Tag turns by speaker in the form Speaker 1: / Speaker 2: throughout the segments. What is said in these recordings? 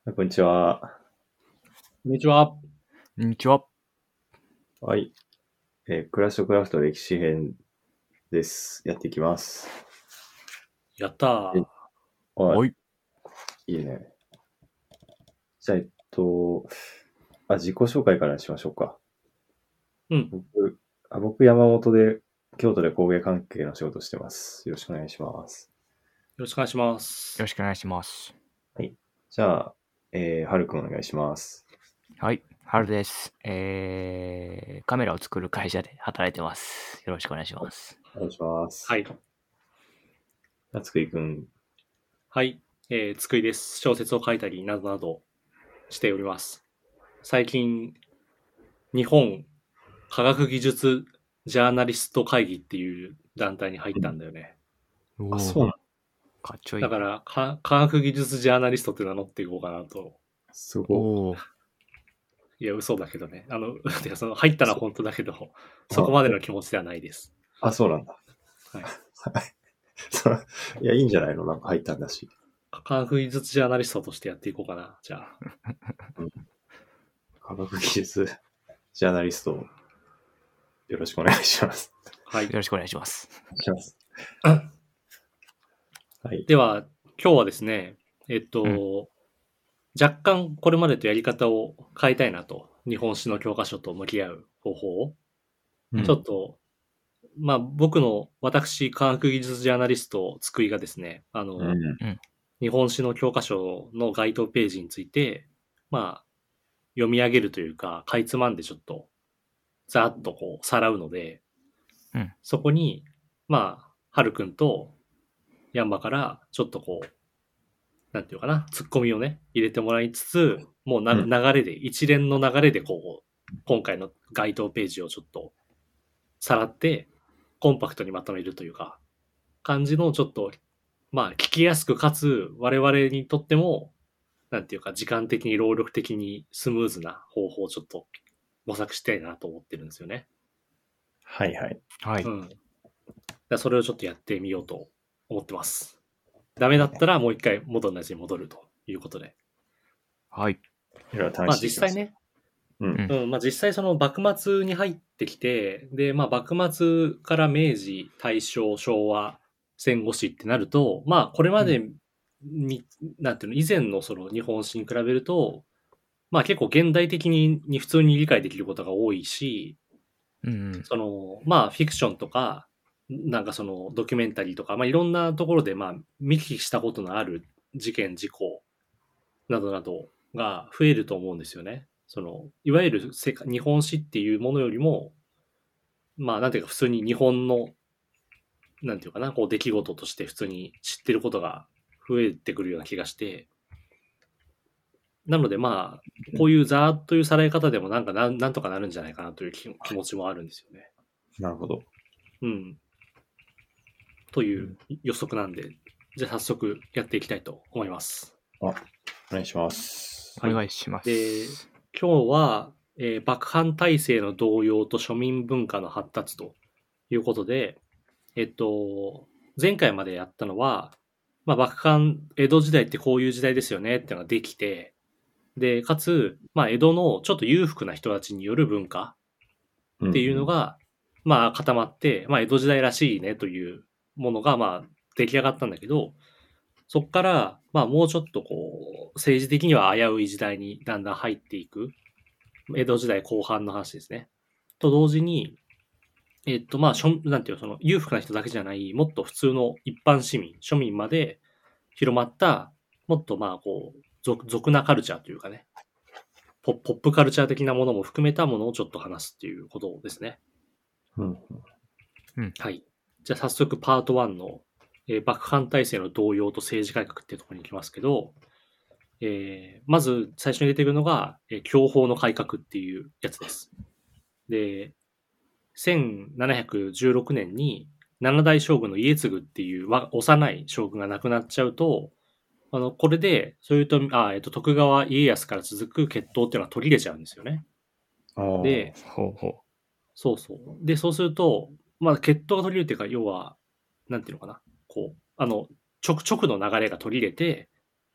Speaker 1: こんにちは。
Speaker 2: こんにちは。
Speaker 3: こんにちは。
Speaker 1: はい。クラッシュクラフト歴史編です。やっていきます。
Speaker 2: やったー。
Speaker 1: はい。
Speaker 3: い。
Speaker 1: いいね。じゃあ、自己紹介からしましょうか。
Speaker 2: うん。
Speaker 1: 僕山本で、京都で工芸関係の仕事をしてます。よろしくお願いします。
Speaker 2: よろしくお願いします。
Speaker 3: よろしくお願いします。
Speaker 1: はい。じゃあ、はるくんお願いします。
Speaker 3: はい。はるです。カメラを作る会社で働いてます。よろしくお願いします。
Speaker 1: お願いします。
Speaker 2: はい。
Speaker 1: つくいくん。
Speaker 2: はい。つくいです。小説を書いたりなどなどしております。最近、日本科学技術ジャーナリスト会議っていう団体に入ったんだよね。
Speaker 1: あ、そうなんだ。
Speaker 3: かっちょいい。
Speaker 2: だから科学技術ジャーナリストって名乗っていこうかなと。
Speaker 1: すごい。
Speaker 2: いや、嘘だけどね。てかその入ったのは本当だけど、そこまでの気持ちではないです。
Speaker 1: あ、そうなんだ。
Speaker 2: はい。
Speaker 1: いや、いいんじゃないの？なんか入ったんだし。
Speaker 2: 科学技術ジャーナリストとしてやっていこうかな。じゃあ。
Speaker 1: 科学技術ジャーナリスト、よろしくお願いします。
Speaker 2: はい。
Speaker 3: よろしくお願いします。
Speaker 1: はい。
Speaker 2: では、今日はですね、若干これまでとやり方を変えたいなと、日本史の教科書と向き合う方法を、ちょっと、私、科学技術ジャーナリスト、つくいがですね、日本史の教科書の該当ページについて、読み上げるというか、かいつまんでちょっと、ざーっとこう、さらうので、そこに、はるくんと、ヤンマから、ちょっとこう、なんていうかな、ツッコミをね、入れてもらいつつ、もう流れで、一連の流れでこう、今回の該当ページをちょっと、さらって、コンパクトにまとめるというか、感じのちょっと、聞きやすくかつ、我々にとっても、なんていうか、時間的に労力的にスムーズな方法をちょっと模索したいなと思ってるんですよね。
Speaker 1: はいはい。
Speaker 3: はい。
Speaker 2: それをちょっとやってみようと思ってます。ダメだったらもう一回元のやつに戻るということで。
Speaker 3: はい。
Speaker 2: 実際ね、実際その幕末に入ってきて、で、幕末から明治、大正、昭和、戦後史ってなると、これまでに、なんていうの、以前のその日本史に比べると、結構現代的に普通に理解できることが多いし、その、フィクションとか、なんかそのドキュメンタリーとか、いろんなところで見聞きしたことのある事件、事故などなどが増えると思うんですよね。その、いわゆる日本史っていうものよりも、なんていうか普通に日本の、なんていうかな、こう出来事として普通に知ってることが増えてくるような気がして、なのでこういうざーっというさらい方でもなんとかなるんじゃないかなという気持ちもあるんですよね。
Speaker 1: なるほど。
Speaker 2: という予測なんで、じゃあ早速やっていきたいと思います。
Speaker 1: お願いします。
Speaker 3: お願いします。
Speaker 2: で、今日は、幕藩体制の動揺と庶民文化の発達ということで、前回までやったのは、幕藩、江戸時代ってこういう時代ですよねっていうのができて、で、かつ、江戸のちょっと裕福な人たちによる文化っていうのが、固まって、江戸時代らしいねというものが、出来上がったんだけど、そこから、もうちょっとこう、政治的には危うい時代にだんだん入っていく。江戸時代後半の話ですね。と同時に、なんていうの、その裕福な人だけじゃない、もっと普通の一般市民、庶民まで広まった、もっとこう、俗なカルチャーというかね、ポップカルチャー的なものも含めたものをちょっと話すっていうことですね。はい。じゃあ早速パート1の、幕藩体制の動揺と政治改革っていうところに行きますけど、まず最初に出てくるのが、享保の改革っていうやつです。で、1716年に七代将軍の家継っていう幼い将軍が亡くなっちゃうと、これで、それと、徳川家康から続く血統っていうのは途切れちゃうんですよね。で、そうそう。で、そうすると、血統が途切れるっていうか、要は、なんていうのかな。こう、直の流れが途切れて、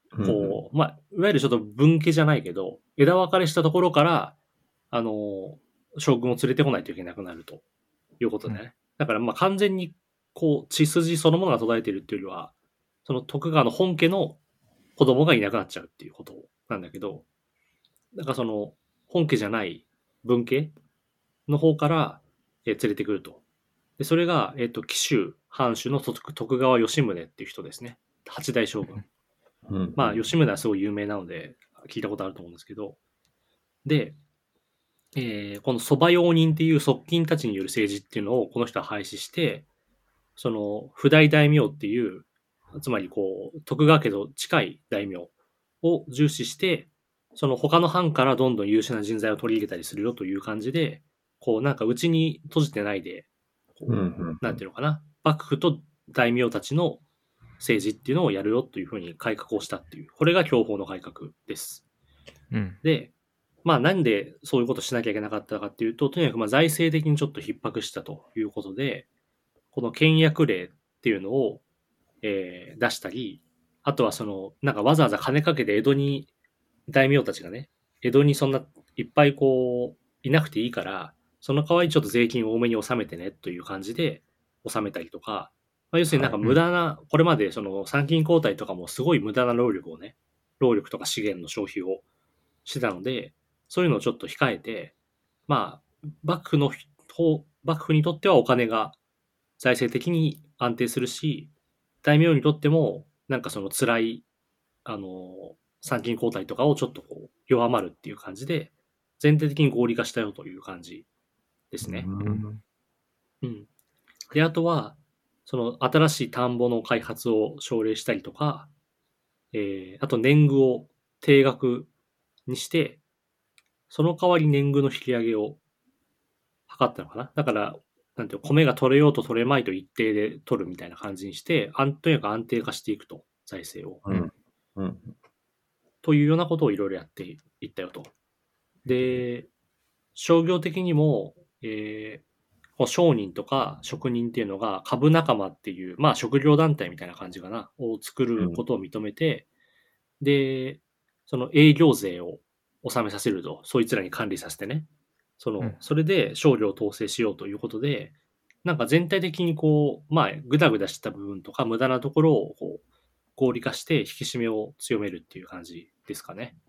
Speaker 2: こう、まあ、いわゆるちょっと分家じゃないけど、枝分かれしたところから、将軍を連れてこないといけなくなるということだね。だからまあ完全に、こう、血筋そのものが途絶えてるっていうよりは、その徳川の本家の子供がいなくなっちゃうっていうことなんだけど、だからその、本家じゃない分家の方から、連れてくると。で、それが、紀州藩主の徳川吉宗っていう人ですね。八代将軍。まあ、吉宗はすごい有名なので、聞いたことあると思うんですけど、で、この蕎麦用人っていう側近たちによる政治っていうのをこの人は廃止して、その、不代大名っていう、つまりこう、徳川家と近い大名を重視して、その他の藩からどんどん優秀な人材を取り入れたりするよという感じで、こうなんかうちに閉じてないで、こうなんていうのかな、幕府と大名たちの政治っていうのをやるよというふうに改革をしたっていう、これが享保の改革です。で、まあなんでそういうことしなきゃいけなかったかっていうと、とにかくまあ財政的にちょっと逼迫したということで、この倹約令っていうのを、出したり、あとはその、なんかわざわざ金かけて江戸に、大名たちがね、江戸にそんないっぱいこう、いなくていいから、その代わりちょっと税金を多めに納めてねという感じで納めたりとか、まあ、要するになんか無駄な、これまでその参勤交代とかもすごい無駄な労力をね、労力とか資源の消費をしてたので、そういうのをちょっと控えて、まあ、幕府にとってはお金が財政的に安定するし、大名にとっても、なんかその辛い、参勤交代とかをちょっとこう、弱まるっていう感じで、全体的に合理化したよという感じですね。うん。で、あとは、その新しい田んぼの開発を奨励したりとか、あと年貢を定額にして、その代わり年貢の引き上げを図ったのかな。だから、なんていう米が取れようと取れまいと一定で取るみたいな感じにして、とにかく安定化していくと、財政を。というようなことをいろいろやっていったよと。で、商業的にも、商人とか職人っていうのが株仲間っていう、まあ職業団体みたいな感じかな、を作ることを認めて、で、その営業税を納めさせると、そいつらに管理させてね。それで商業を統制しようということで、なんか全体的にこう、まあ、ぐだぐだした部分とか無駄なところをこう合理化して引き締めを強めるっていう感じですかね。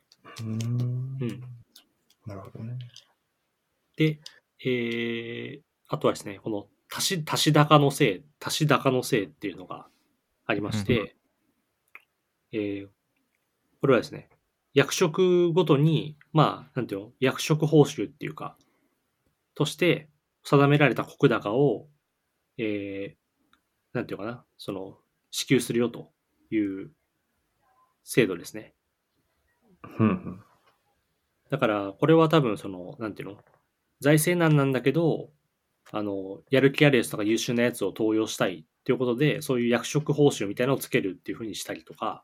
Speaker 1: なるほどね。
Speaker 2: で、あとはですね、この足し高のせいっていうのがありまして、これはですね、役職ごとに、まあ、なんていうの、役職報酬っていうか、として定められた石高を、なんていうかな、その、支給するよという制度ですね。だから、これは多分その、なんていうの、財政難なんだけど、やる気あるやつとか優秀なやつを登用したいっていうことで、そういう役職報酬みたいなのをつけるっていうふうにしたりとか、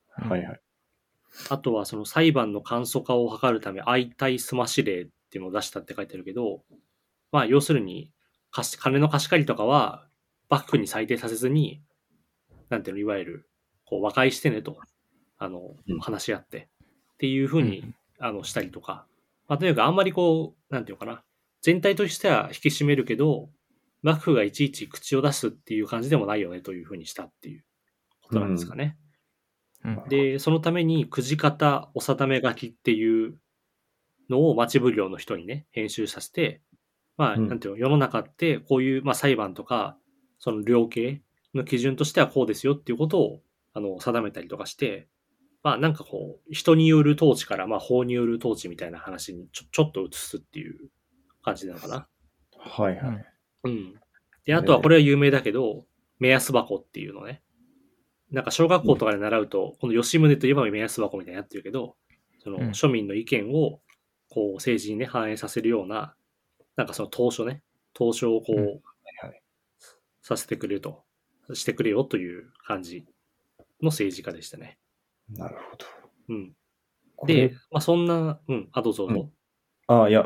Speaker 2: あとはその裁判の簡素化を図るため、相対済まし令っていうのを出したって書いてあるけど、まあ要するに、金の貸し借りとかは、幕府に裁定させずに、なんていうの、いわゆる、こう和解してねと、話し合って、っていうふうに、したりとか、まあとにかくあんまりこう、なんていうのかな、全体としては引き締めるけど、幕府がいちいち口を出すっていう感じでもないよねというふうにしたっていうことなんですかね。で、そのために、くじ方お定め書きっていうのを町奉行の人にね、編集させて、まあ、なんていうの、世の中ってこういう、まあ、裁判とか、その量刑の基準としてはこうですよっていうことを、定めたりとかして、まあ、なんかこう、人による統治から、まあ、法による統治みたいな話にちょっと移すっていう感じなのかな。で、あとはこれは有名だけど、目安箱っていうのね。なんか小学校とかで習うと、この吉宗といえば目安箱みたいになってるけど、その庶民の意見をこう政治にね反映させるような、なんかその投書をこう、させてくれると、してくれよという感じの政治家でしたね。
Speaker 1: なるほど。
Speaker 2: で、まあそんな、どうぞ。
Speaker 1: いや、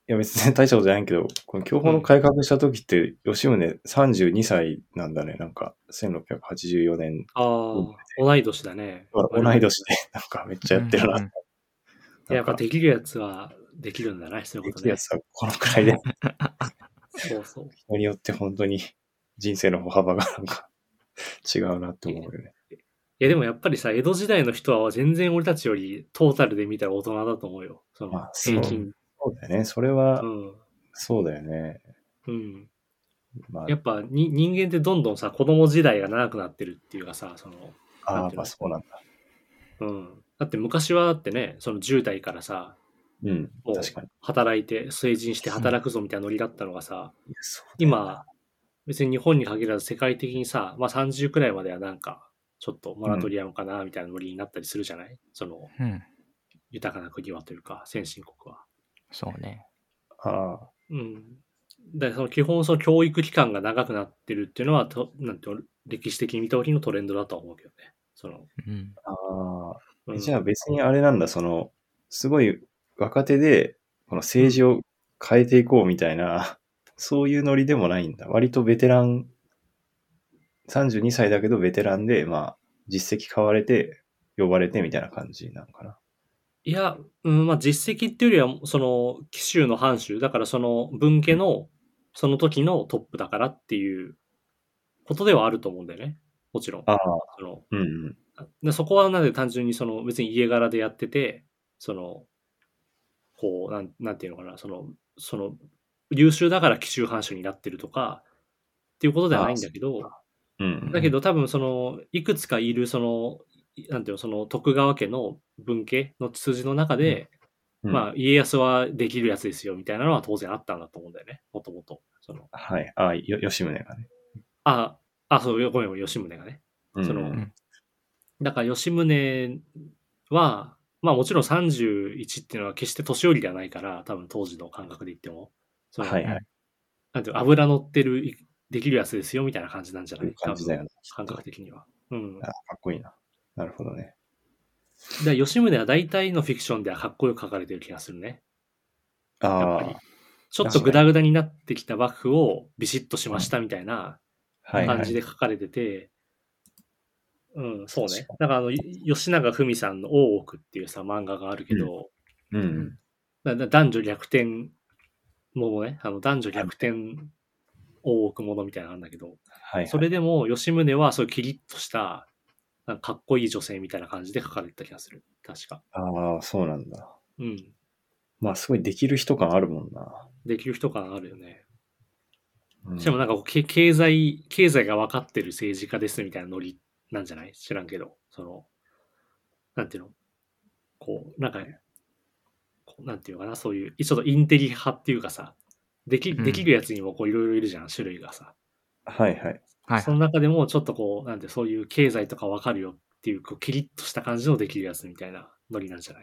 Speaker 1: や別に大したことじゃないけど、この享保の改革した時って、吉宗32歳なんだね。なんか、1684年。
Speaker 2: ああ、同い年だね。
Speaker 1: 同い年で、なんかめっちゃやってるな。
Speaker 2: やっぱできるやつはできるんだな、そういうことね。
Speaker 1: できるやつはこのくらいで。
Speaker 2: そうそう。
Speaker 1: 人によって本当に人生の歩幅がなんか違うなって思うよね。
Speaker 2: いやでもやっぱりさ、江戸時代の人は全然俺たちよりトータルで見たら大人だと思うよ。その平均。
Speaker 1: そうだよね。それは、そうだよね。
Speaker 2: うん。まあ、やっぱ人間ってどんどんさ、子供時代が長くなってるっていうかさ、その、
Speaker 1: まあそうなんだ。
Speaker 2: うん。だって昔はだってね、その10代からさ、もう働いて、成人して働くぞみたいなノリだったのがさ、今、別に日本に限らず世界的にさ、まあ30くらいまではなんか、ちょっとモラトリアムかなみたいなノリになったりするじゃない、その、豊かな国はというか、先進国は。
Speaker 3: そうね。
Speaker 2: うん。だからその基本その教育期間が長くなってるっていうのは、なんて歴史的に見た時のトレンドだとは思うけどね。その。
Speaker 1: じゃあ別にあれなんだ、その、すごい若手で、この政治を変えていこうみたいな、そういうノリでもないんだ。割とベテラン、32歳だけどベテランで、まあ、実績買われて、呼ばれてみたいな感じなのかな。
Speaker 2: いや、まあ実績っていうよりは、その、紀州の藩主、だからその分家の、その時のトップだからっていうことではあると思うんだよね。もちろん。そのでそこはなんで単純にその別に家柄でやってて、その、こう、なんていうのかな、その、優秀だから紀州藩主になってるとか、っていうことではないんだけど、だけど多分その、いくつかいるその、なんていうの、その徳川家の分家の筋の中で、まあ家康はできるやつですよみたいなのは当然あったんだと思うんだよね、もともと。
Speaker 1: はい。吉宗がね。
Speaker 2: そう、ごめん、吉宗がね。その、だから吉宗は、まあもちろん31っていうのは決して年寄りではないから、多分当時の感覚で言っても、その、なんていう油乗ってる、できるやつですよみたいな感じなんじゃない？
Speaker 1: 感じだよね。
Speaker 2: 感覚的には。
Speaker 1: かっこいいな。なるほどね。
Speaker 2: で、吉宗は大体のフィクションではかっこよく書かれてる気がするね。やっぱり。ちょっとグダグダになってきた幕府をビシッとしましたみたいな感じで書かれてて、そうね。だから吉永文さんの大奥っていうさ、漫画があるけど、男女逆転ものね、男女逆転大奥ものみたいなのあるんだけど、それでも吉宗はそういうキリッとした、なんかかっこいい女性みたいな感じで書かれてた気がする。確か。
Speaker 1: そうなんだ。まあ、すごいできる人感あるもんな。
Speaker 2: できる人感あるよね。しかもなんか経済が分かってる政治家ですみたいなノリなんじゃない？知らんけど。その、なんていうの？こう、なんか、なんていうのかな、そういう、ちょっとインテリ派っていうかさ、できるやつにもこういろいろいるじゃん、種類がさ。その中でもちょっとこう、なんてそういう経済とか分かるよっていう、こうキリッとした感じのできるやつみたいなノリなんじゃない？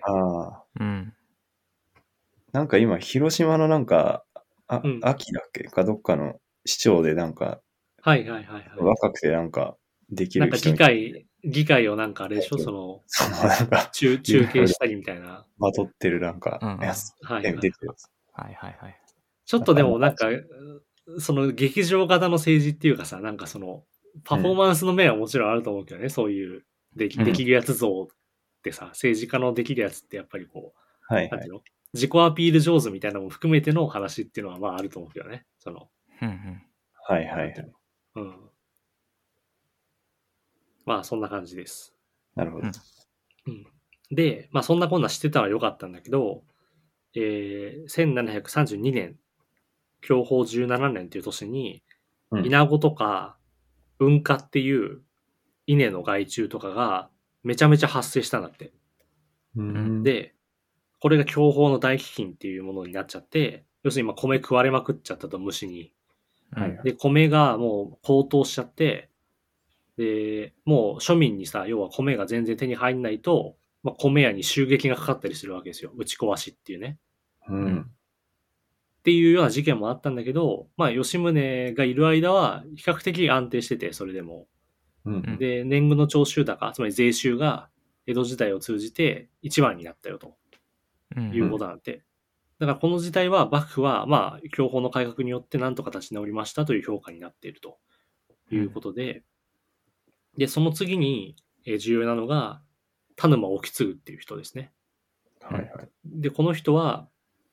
Speaker 1: なんか今、広島のなんか、秋だっけかどっかの市長でなんか、若くてなんかできる人
Speaker 2: なんか議会をなんかあれでしょ、その、
Speaker 1: なんか
Speaker 2: 中継したりみたいな。
Speaker 1: まとってるなんか、やつ、出てるやつ。
Speaker 2: ちょっとでもなんか、その劇場型の政治っていうかさ、なんかその、パフォーマンスの面はもちろんあると思うけどね、そういうできるやつ像ってさ、政治家のできるやつってやっぱりこう、なんていうの？自己アピール上手みたいなのも含めての話っていうのはまああると思うけどね。その。まあそんな感じです。
Speaker 1: なるほど。
Speaker 2: で、まあそんなこんなしてたらよかったんだけど、1732年、享保17年っていう年に、イナゴとか、雲花っていう稲の害虫とかがめちゃめちゃ発生したんだって。で、これが享保の大飢饉っていうものになっちゃって、要するに今米食われまくっちゃったと、虫に。で、米がもう高騰しちゃって、で、もう庶民にさ、要は米が全然手に入んないと、まあ、米屋に襲撃がかかったりするわけですよ。打ち壊しっていうね。っていうような事件もあったんだけど、まあ、吉宗がいる間は比較的安定してて、それでも。で、年貢の徴収高、つまり税収が江戸時代を通じて一番になったよということなんて。 だからこの時代は幕府は、まあ、享保の改革によってなんとか立ち直りましたという評価になっているということで、で、その次に重要なのが、田沼意次っていう人ですね。
Speaker 1: はいはい。
Speaker 2: で、この人は、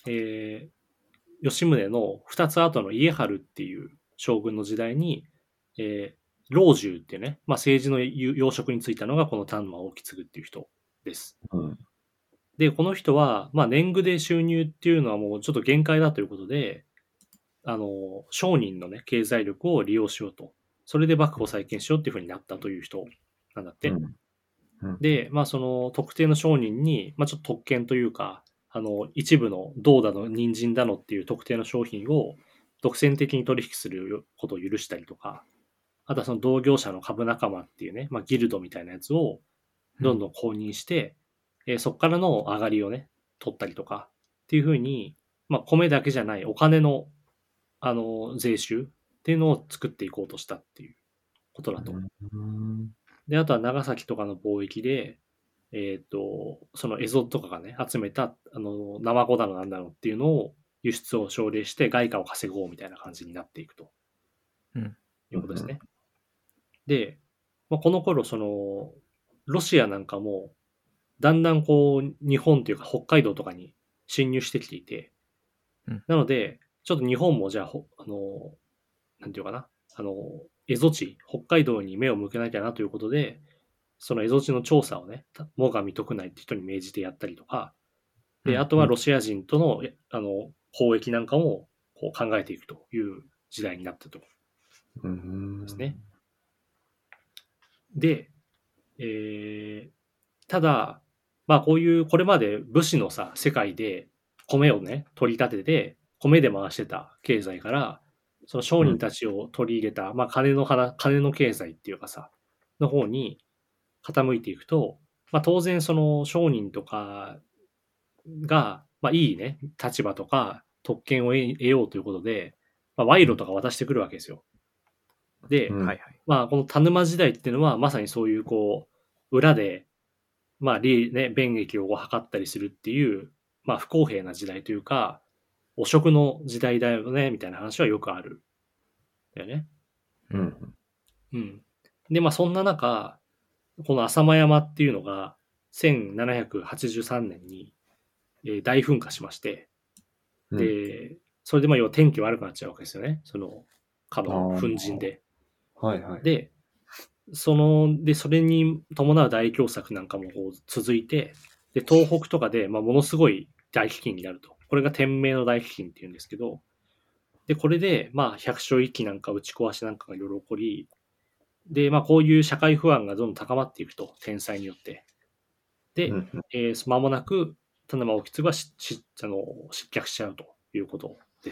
Speaker 2: 吉宗の2つ後の家治っていう将軍の時代に、老中っていうね、まあ、政治の要職に就いたのがこの田沼意次っていう人です。で、この人は、まあ、年貢で収入っていうのはもうちょっと限界だということで、商人のね、経済力を利用しようと。それで幕府を再建しようっていう風になったという人なんだって。で、まあ、その特定の商人に、まあ、ちょっと特権というか、一部の銅だの、人参だのっていう特定の商品を独占的に取引することを許したりとか、あとはその同業者の株仲間っていうね、まあ、ギルドみたいなやつをどんどん公認して、そこからの上がりをね、取ったりとかっていう風に、まあ、米だけじゃないお金の、税収っていうのを作っていこうとしたっていうことだと。で、あとは長崎とかの貿易で、その蝦夷とかがね、集めた、ナマコだのなんだろうっていうのを輸出を奨励して外貨を稼ごうみたいな感じになっていくと。いうことですね。で、まあ、この頃、その、ロシアなんかも、だんだんこう、日本というか北海道とかに侵入してきていて、なので、ちょっと日本もじゃあ、なんていうかな、蝦夷地、北海道に目を向けなきゃなということで、その蝦夷地の調査をね、最上徳内って人に命じてやったりとか、で、あとはロシア人との、交易なんかもこう考えていくという時代になったと。ですね。で、ただ、まあこういう、これまで武士のさ、世界で米をね、取り立てて、米で回してた経済から、その商人たちを取り入れた、まあ金の経済っていうかさ、の方に傾いていくと、まあ当然その商人とかが、まあいいね、立場とか特権を得ようということで、まあ賄賂とか渡してくるわけですよ。で、まあこの田沼時代っていうのはまさにそういうこう、裏で、まあ便益を図ったりするっていう、まあ不公平な時代というか、汚職の時代だよね、みたいな話はよくある。だよね。で、まあそんな中、この浅間山っていうのが、1783年に、大噴火しまして、で、それでまあ要は天気悪くなっちゃうわけですよね。その、粉塵で。で、それに伴う大凶作なんかもこう続いて、で、東北とかで、まあ、ものすごい大飢饉になると。これが天明の大飢饉っていうんですけど、で、これで、まあ、百姓一揆なんか打ち壊しなんかがいろいろ起こり、で、まあ、こういう社会不安がどんどん高まっていくと、天災によって。で、間もなく、田沼意次は失脚しちゃうということです。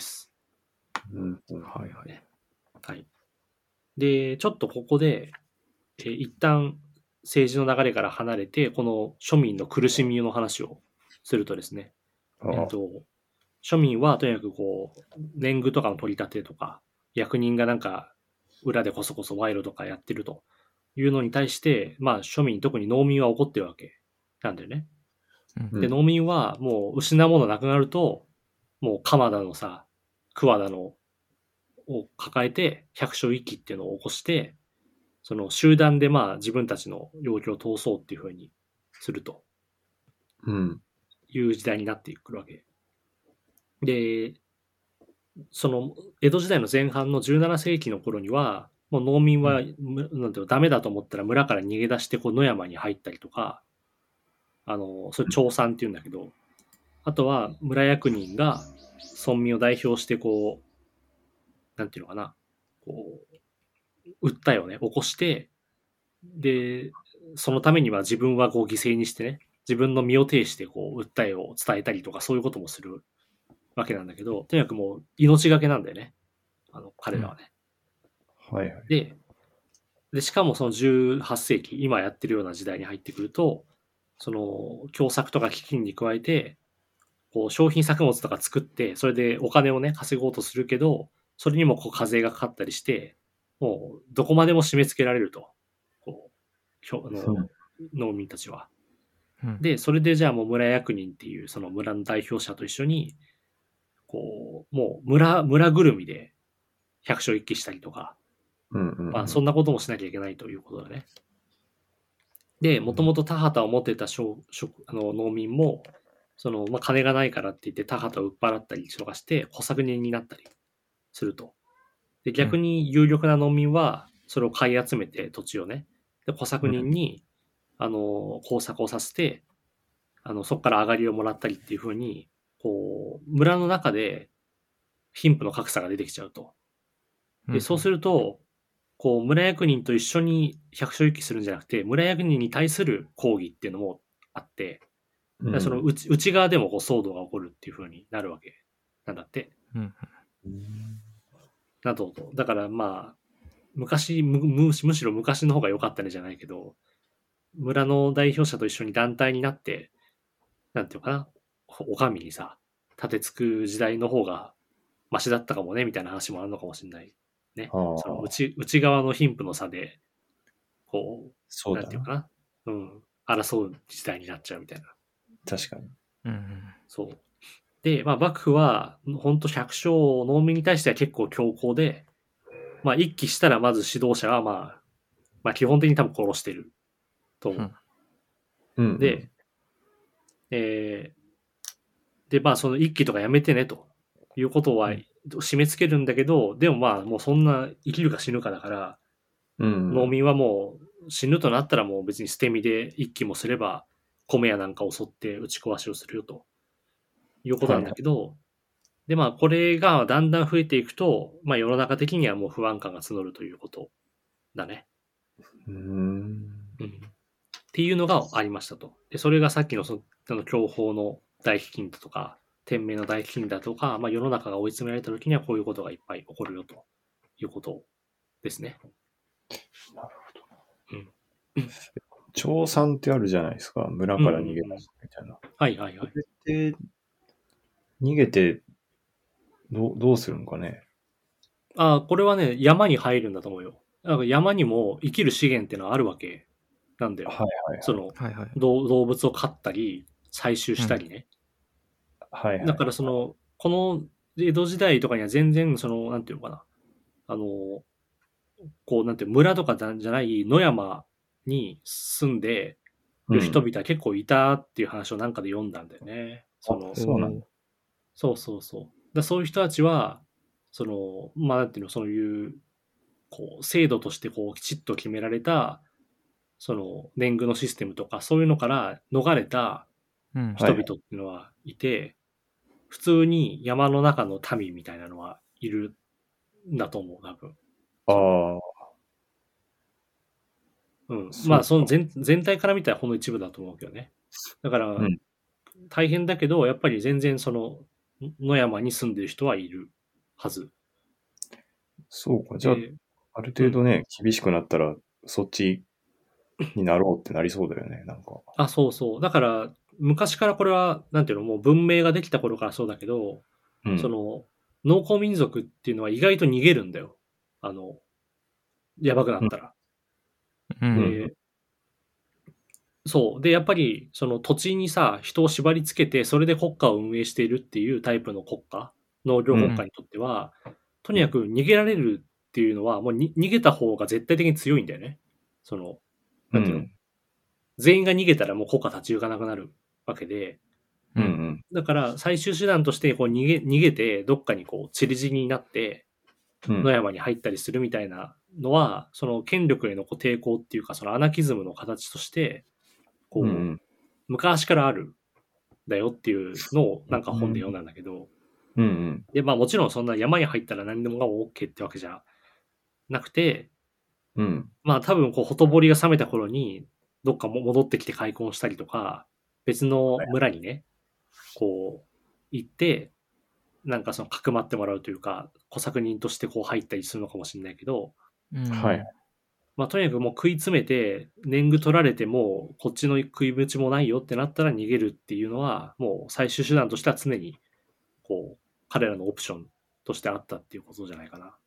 Speaker 2: はい。で、ちょっとここで、一旦政治の流れから離れて、この庶民の苦しみの話をするとですね、庶民はとにかくこう、年貢とかの取り立てとか、役人がなんか裏でこそこそ賄賂とかやってるというのに対して、まあ庶民、特に農民は怒ってるわけなんだよね。で、農民はもう失うものなくなると、もう鎌田のさ、桑田のを抱えて百姓一揆っていうのを起こして、その集団でまあ自分たちの要求を通そうっていうふうにするという時代になってくるわけ。で、その江戸時代の前半の17世紀の頃には、もう農民は、なんていうの、ダメだと思ったら村から逃げ出してこう野山に入ったりとか、それ町産っていうんだけど、あとは村役人が村民を代表してこう、なんていうのかな、こう、訴えをね、起こして、で、そのためには自分はこう犠牲にしてね、自分の身を挺してこう訴えを伝えたりとかそういうこともするわけなんだけど、とにかくもう命がけなんだよね。彼らはね。で、しかもその18世紀、今やってるような時代に入ってくると、その凶作とか飢饉に加えて、こう商品作物とか作って、それでお金をね、稼ごうとするけど、それにもこう課税がかかったりして、もうどこまでも締め付けられると。こう農民たちは。で、それでじゃあもう村役人っていうその村の代表者と一緒に、 こう、もう村ぐるみで百姓一揆したりとか、まあそんなこともしなきゃいけないということだね。で、もともと田畑を持ってた農民も、まあ、金がないからって言って田畑を売っ払ったりとかして、小作人になったりすると。で、逆に有力な農民は、それを買い集めて土地をね、で、小作人に、耕作をさせて、そこから上がりをもらったりっていう風に、こう、村の中で貧富の格差が出てきちゃうと。で、そうすると、こう、村役人と一緒に百姓一揆するんじゃなくて、村役人に対する抗議っていうのもあって、その内側でもこう騒動が起こるっていう風になるわけなんだって。などと。だからまあ、むしろ昔の方が良かったねじゃないけど、村の代表者と一緒に団体になって、なんていうかな、お上にさ、立てつく時代の方がマシだったかもね、みたいな話もあるのかもしれないね。その内側の貧富の差で、こう、なんていうかな、争う時代になっちゃうみたいな。
Speaker 1: 確かに。
Speaker 2: そう。で、まあ幕府は、本当百姓、農民に対しては結構強硬で、まあ一揆したらまず指導者はまあ基本的に多分殺してると思う。で、で、まあその一揆とかやめてねということは締め付けるんだけど、でもまあもうそんな生きるか死ぬかだから、農民はもう死ぬとなったらもう別に捨て身で一揆もすれば米やなんかを襲って打ち壊しをするよということなんだけど、でまあこれがだんだん増えていくと、まあ世の中的にはもう不安感が募るということだね。っていうのがありましたと。で、それがさっきの享保の大飢饉だとか、天明の大飢饉だとか、まあ世の中が追い詰められた時にはこういうことがいっぱい起こるよということですね。
Speaker 1: なるほど。町産ってあるじゃないですか。村から逃げ出すみたいな。
Speaker 2: はいはいはい。
Speaker 1: で、逃げてどうするのかね。
Speaker 2: これはね、山に入るんだと思うよ。なんか山にも生きる資源っていうのはあるわけなんだよ。動物を飼ったり、採集したりね。だからこの江戸時代とかには全然なんていうのかな。こう、なんていう村とかじゃない野山に住んでる人々は結構いたっていう話をなんかで読んだんだよね。
Speaker 1: そうなんだ。
Speaker 2: そう。そういう人たちは、まあ、なんていうの、そういう、こう、制度としてこう、きちっと決められた、年貢のシステムとか、そういうのから逃れた人々っていうのはいて、普通に山の中の民みたいなのはいるんだと思う、多分。まあ、その全体から見たらほんの一部だと思うけどね。だから、大変だけど、やっぱり全然野山に住んでる人はいるはず。
Speaker 1: そうか。じゃあ、ある程度ね、厳しくなったら、そっちになろうってなりそうだよね、なんか。
Speaker 2: そう。だから、昔からこれは、なんていうの、もう文明ができた頃からそうだけど、農耕民族っていうのは意外と逃げるんだよ。やばくなったら。で、そう。で、やっぱり、土地にさ、人を縛り付けて、それで国家を運営しているっていうタイプの国家、農業国家にとっては、とにかく逃げられるっていうのは、もう逃げた方が絶対的に強いんだよね。なんていうの、全員が逃げたらもう国家立ち行かなくなるわけで、だから最終手段としてこう逃げてどっかにこう散り死にになって野山に入ったりするみたいなのは、その権力へのこう抵抗っていうか、そのアナキズムの形としてこう、昔からあるんだよっていうのをなんか本で読んだんだけど、でまあもちろんそんな山に入ったら何でもが OK ってわけじゃなくて、まあ多分こうほとぼりが冷めた頃にどっかも戻ってきて開墾したりとか、別の村にね、こう行って、なんかかくまってもらうというか、小作人としてこう入ったりするのかもしれないけど、まあとにかくもう食い詰めて、年貢取られても、こっちの食い口もないよってなったら逃げるっていうのは、もう最終手段としては常に、こう、彼らのオプションとしてあったっていうことじゃないかな。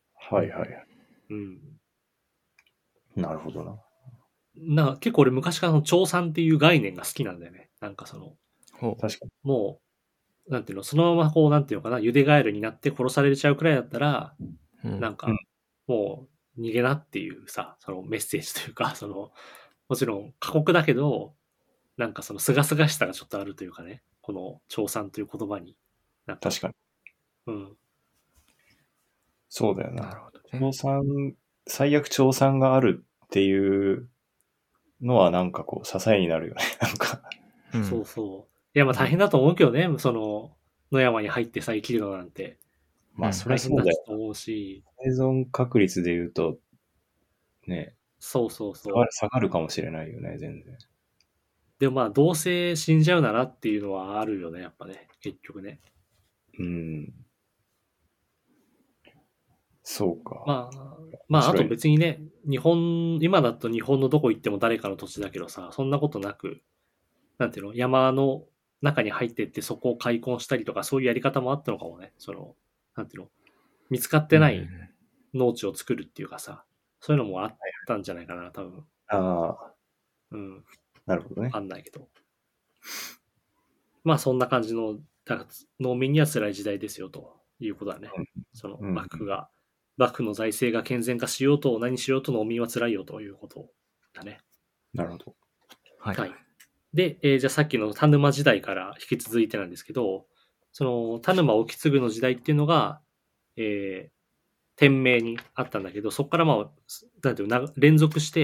Speaker 1: なるほどな。
Speaker 2: なんか結構俺昔から町産っていう概念が好きなんだよね。なんか
Speaker 1: 確かに。
Speaker 2: もう、 なんていうの、そのままこう、なんていうのかな、ゆでガエルになって殺されちゃうくらいだったら、なんか、もう逃げなっていうさ、そのメッセージというか、もちろん過酷だけど、なんかその清々しさがちょっとあるというかね、この調産という言葉に。なんか
Speaker 1: 確かに。
Speaker 2: うん。
Speaker 1: そうだよな。
Speaker 3: なるほどね。
Speaker 1: 最悪調産があるっていうのはなんかこう支えになるよね。なんか。
Speaker 2: そうそう。いや、まあ大変だと思うけどね、野山に入ってさえ生きるのなんて。
Speaker 1: まあそれはそう
Speaker 2: 大変だ
Speaker 1: だよ。
Speaker 2: と思うし。
Speaker 1: 生存確率で言うと、ね、
Speaker 2: そうそうそう。
Speaker 1: 下がるかもしれないよね、全然。
Speaker 2: でもまあ、どうせ死んじゃうならっていうのはあるよね、やっぱね、結局ね。
Speaker 1: そうか。
Speaker 2: まあ、あと別にね、今だと日本のどこ行っても誰かの土地だけどさ、そんなことなく、なんていうの、山の中に入ってってそこを開墾したりとか、そういうやり方もあったのかもね。なんていうの、見つかってない農地を作るっていうかさ、そういうのもあったんじゃないかな、多分。
Speaker 1: ああ。
Speaker 2: うん。
Speaker 1: なるほどね。
Speaker 2: わかんないけど。まあ、そんな感じの、だから農民には辛い時代ですよ、ということだね。幕府の財政が健全化しようと、何しようと農民は辛いよということだね。
Speaker 1: なるほど。
Speaker 2: はい。で、じゃあさっきの田沼時代から引き続いてなんですけど、その田沼意次の時代っていうのが、天明にあったんだけど、そこからまあ、なんていうの、連続して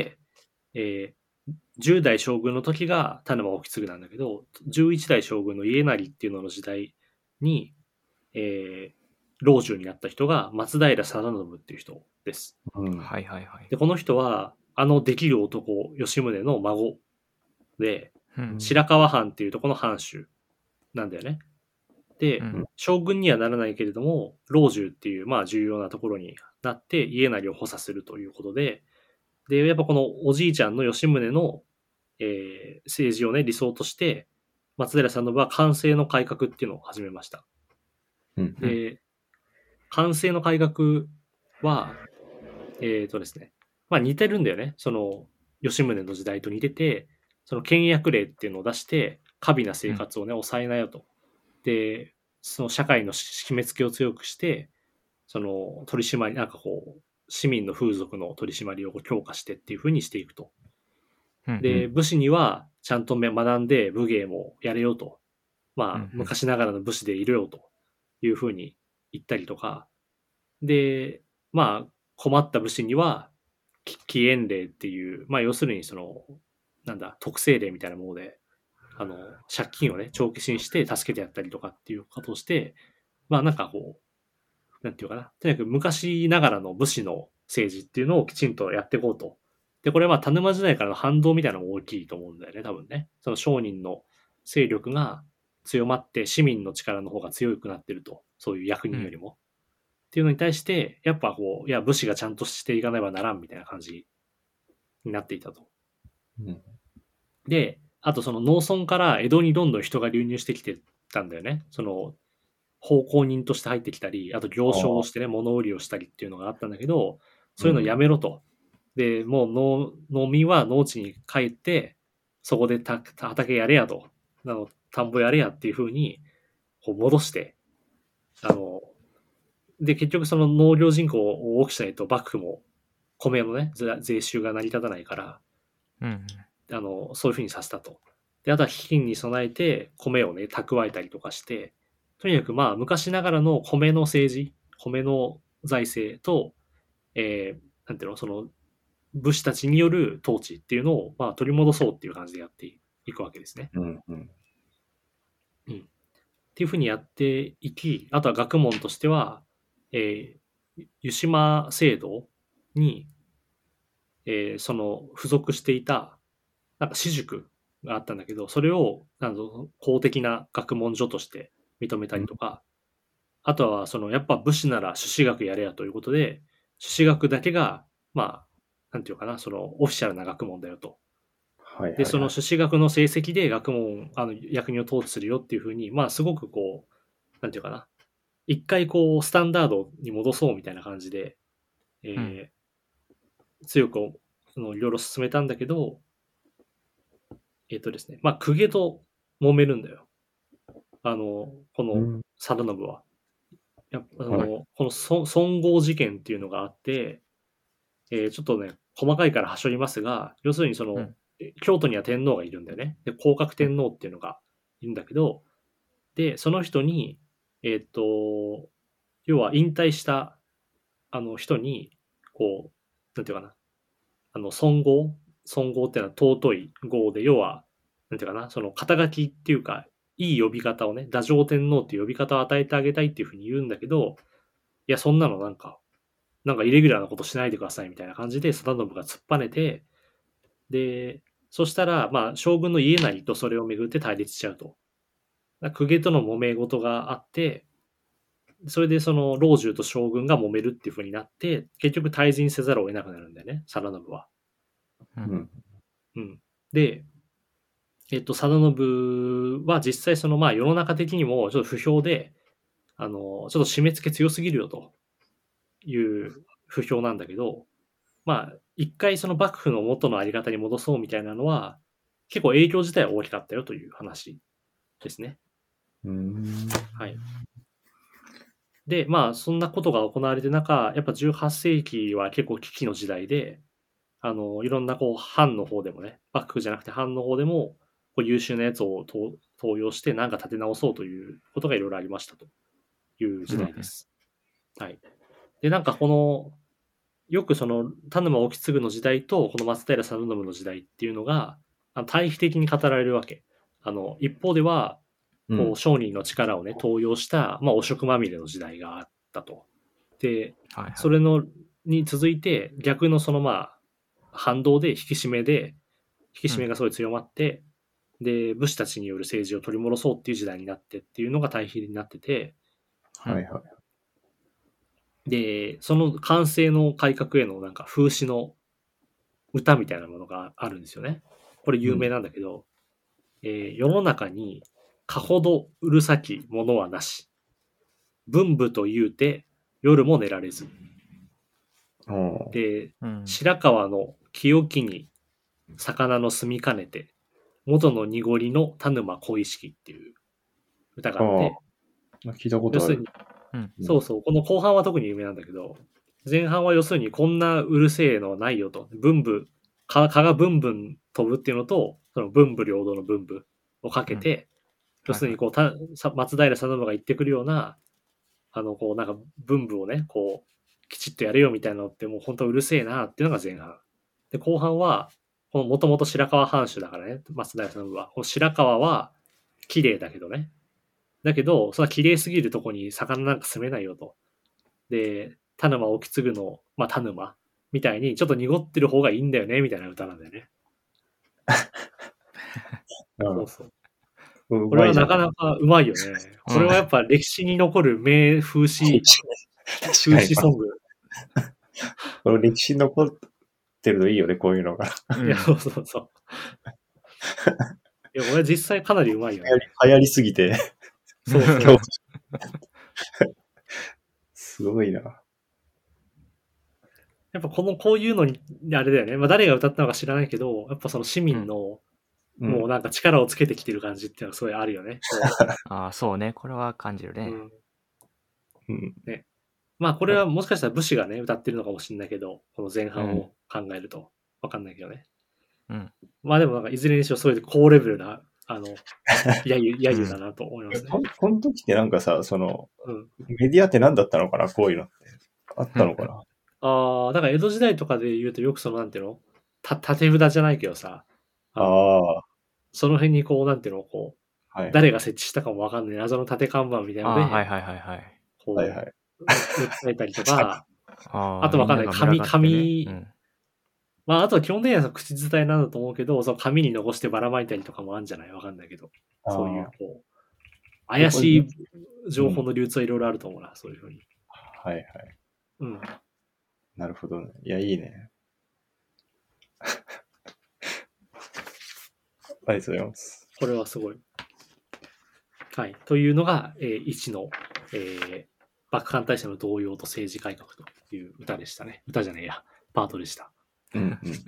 Speaker 2: 、10代将軍の時が田沼意次なんだけど、11代将軍の家成っていうのの時代に、老中になった人が松平定信っていう人です。
Speaker 3: はいはいはい。
Speaker 2: で、この人は、できる男、吉宗の孫で、白河藩っていうところの藩主なんだよね。で、将軍にはならないけれども、老中っていう、まあ重要なところになって、家成を補佐するということで、で、やっぱこのおじいちゃんの吉宗の、政治をね、理想として、松平定信は寛政の改革っていうのを始めました。で、寛政の改革は、ですね、まあ似てるんだよね。吉宗の時代と似てて、その倹約令っていうのを出して、過敏な生活をね、抑えなよと。で、その社会の締め付けを強くして、取り締まり、なんかこう、市民の風俗の取り締まりを強化してっていう風にしていくと。で、武士にはちゃんと学んで武芸もやれよと。まあ、昔ながらの武士でいるよという風に言ったりとか。で、まあ、困った武士には、起援令っていう、まあ、要するに特性令みたいなもので、借金をね、帳消しにして助けてやったりとかっていうことをして、まあなんかこう、なんていうかな。とにかく昔ながらの武士の政治っていうのをきちんとやっていこうと。で、これはまあ田沼時代からの反動みたいなのも大きいと思うんだよね、多分ね。その商人の勢力が強まって市民の力の方が強くなってると。そういう役人よりも。っていうのに対して、やっぱこう、いや、武士がちゃんとしていかねばならんみたいな感じになっていたと。で、あとその農村から江戸にどんどん人が流入してきてたんだよね。奉公人として入ってきたり、あと行商をしてね、物売りをしたりっていうのがあったんだけど、そういうのやめろと。で、もう農民は農地に帰って、そこで畑やれやと。田んぼやれやっていう風に、こう戻して、で、結局その農業人口を大きくしないと幕府も米のね、税収が成り立たないから、そういう風にさせたと。で、あとは飢饉に備えて米をね、蓄えたりとかして、とにかくまあ昔ながらの米の政治、米の財政と、なんていうの、武士たちによる統治っていうのをまあ取り戻そうっていう感じでやっていくわけですね。っていうふうにやっていき、あとは学問としては、湯島制度に、その付属していた、なんか私塾があったんだけど、それを、公的な学問所として認めたりとか、あとは、やっぱ武士なら朱子学やれやということで、朱子学だけが、まあ、なんていうかな、オフィシャルな学問だよと。で、その朱子学の成績で学問、役人を統治するよっていうふうに、まあ、すごくこう、なんていうかな、一回こう、スタンダードに戻そうみたいな感じで、強く、いろいろ進めたんだけど、ですね、まあ、公家と揉めるんだよ。 この貞信は。この尊号事件っていうのがあって、ちょっとね、細かいから端折りますが、要するに京都には天皇がいるんだよね。で、皇格天皇っていうのがいるんだけど、で、その人に、要は引退した人に、こう、なんていうかな、尊号っていうのは尊い号で、要は、なんていうかな、その肩書きっていうか、いい呼び方をね、太上天皇っていう呼び方を与えてあげたいっていうふうに言うんだけど、いや、そんなのなんかイレギュラーなことしないでくださいみたいな感じで、貞信が突っぱねて、で、そしたら、まあ、将軍の家内とそれをめぐって対立しちゃうと。公家との揉め事があって、それでその老中と将軍が揉めるっていう風になって、結局退陣せざるを得なくなるんだよね、貞信は。で、貞信は実際まあ世の中的にもちょっと不評で、ちょっと締め付け強すぎるよという不評なんだけど、まあ、一回その幕府の元のあり方に戻そうみたいなのは、結構影響自体は大きかったよという話ですね。はい。で、まあ、そんなことが行われてる中、やっぱ18世紀は結構危機の時代で、いろんな藩の方でもね、幕府じゃなくて藩の方でも、優秀なやつを登用してなんか立て直そうということがいろいろありましたという時代です。はい。で、なんかよく田沼意次の時代とこの松平定信の時代っていうのが対比的に語られるわけ。一方では商人の力をね登用した、まあ、汚職まみれの時代があったと。で、それに続いて逆のまあ反動で引き締めがすごい強まって、で武士たちによる政治を取り戻そうっていう時代になってっていうのが対比になってて、
Speaker 1: はいはい。
Speaker 2: で、その完成の改革へのなんか風刺の歌みたいなものがあるんですよね。これ有名なんだけど、世の中にかほどうるさきものはなし。文武と言うて夜も寝られず。で、白川の清きに魚の住みかねて、元の濁りの田沼小石っていう歌があって、
Speaker 1: 聞いたことある。
Speaker 2: そうそう、この後半は特に有名なんだけど、前半は要するにこんなうるせえのはないよと。文武、蚊がブンブン飛ぶっていうのと、その文武両道の文武をかけて、要するに松平定信が言ってくるような、なんか文武をね、きちっとやれよみたいなのってもう本当うるせえなっていうのが前半。で、後半は、もともと白河藩主だからね、松平定信は。この白河は綺麗だけどね。だけど、そんな綺麗すぎるとこに魚なんか住めないよと。で、田沼意次の、まあ田沼みたいにちょっと濁ってる方がいいんだよね、みたいな歌なんだよね。そうそう。これはなかなかうまいよね。これはやっぱ歴史に残る名風刺ソング。
Speaker 1: この歴史に残ってるといいよね、こういうのが。
Speaker 2: いや、そうそうそう。いや、俺実際かなりうまいよね。
Speaker 1: 流行りすぎて。
Speaker 2: そうそう。
Speaker 1: すごいな。
Speaker 2: やっぱこういうのに、あれだよね。まあ誰が歌ったのか知らないけど、やっぱその市民の、もうなんか力をつけてきてる感じっていうのはすごいあるよね。
Speaker 3: ああ、そうね。これは感じるね。
Speaker 2: ね。まあこれはもしかしたら武士がね、歌ってるのかもしれないけど、この前半を考えると。わかんないけどね。まあでもなんかいずれにしろそういう高レベルな、揶揄だなと思いますね。
Speaker 1: この時ってなんかさ、メディアって何だったのかな、こういうのって。あったのかな。
Speaker 2: だから江戸時代とかで言うとよくなんていうの縦札じゃないけどさ、その辺になんていうの誰が設置したかもわかんない謎の縦看板みたいなので、訴えたりとか、あとわかんない、紙、まああとは基本的には口伝えなんだと思うけど、その紙に残してばらまいたりとかもあるんじゃないわかんないけど、そういう怪しい情報の流通はいろいろあると思うな、そういうふうに。
Speaker 1: はいはい。なるほどね。いや、いいね。ありがとうございます。
Speaker 2: これはすごい。はい。というのが、1の、幕藩大社の動揺と政治改革という歌でしたね。歌じゃねえや。パートでした。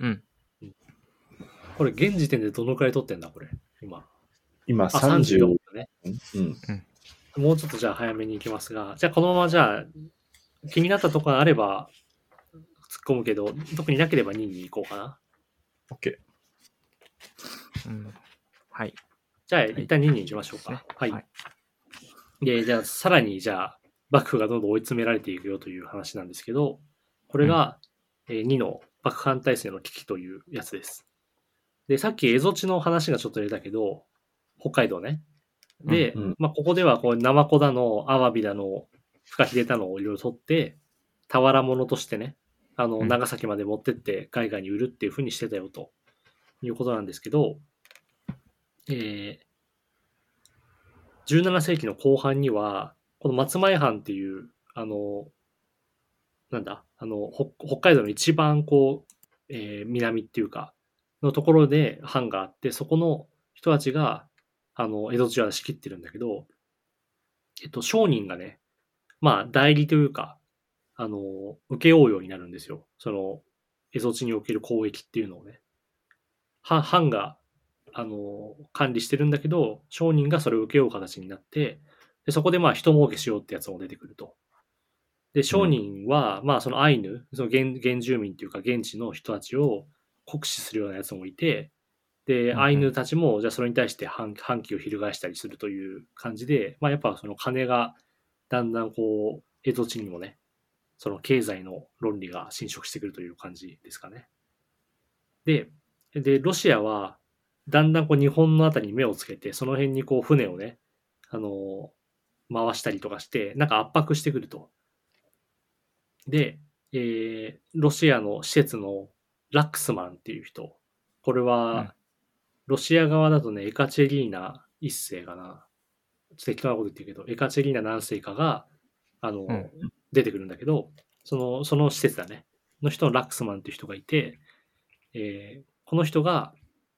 Speaker 2: これ、現時点でどのくらい撮ってんだ、これ。今
Speaker 1: 36
Speaker 2: かね。
Speaker 1: も
Speaker 2: うちょっとじゃあ早めに行きますが、じゃあこのままじゃあ気になったところがあれば突っ込むけど、特になければ2に行こうかな。
Speaker 1: OK。
Speaker 3: はい。
Speaker 2: じゃあ一旦2に行きましょうか。はい。で、じゃあさらにじゃあ幕府がどんどん追い詰められていくよという話なんですけど、これが2の幕府反体制の危機というやつです。で、さっき蝦夷地の話がちょっと出たけど、北海道ね。で、ここではこうナマコだの、アワビだの、フカヒレだのをいろいろ取って、俵物としてね、長崎まで持ってって海外に売るっていう風にしてたよということなんですけど、17世紀の後半には、この松前藩っていう、北海道の一番こう、南っていうか、のところで藩があって、そこの人たちが、江戸地は仕切ってるんだけど、商人がね、代理というか、請け負うようになるんですよ。その、蝦夷地における交易っていうのをね。藩が、管理してるんだけど、商人がそれを請け負う形になって、でそこで人儲けしようってやつも出てくると。で、商人は、そのアイヌ、その原住民っていうか現地の人たちを酷使するようなやつもいて、で、アイヌたちも、じゃあそれに対して反旗を翻したりするという感じで、やっぱその金がだんだんこう、江戸地にもね、その経済の論理が侵食してくるという感じですかね。で、ロシアは、だんだんこう日本のあたりに目をつけて、その辺にこう船をね、回したりとかして、なんか圧迫してくると。で、ロシアの施設のラックスマンっていう人、これは、ロシア側だとね、エカチェリーナ一世かな。適当なこと言ってるけど、エカチェリーナ何世かが、出てくるんだけど、その施設だね。の人のラックスマンっていう人がいて、この人が、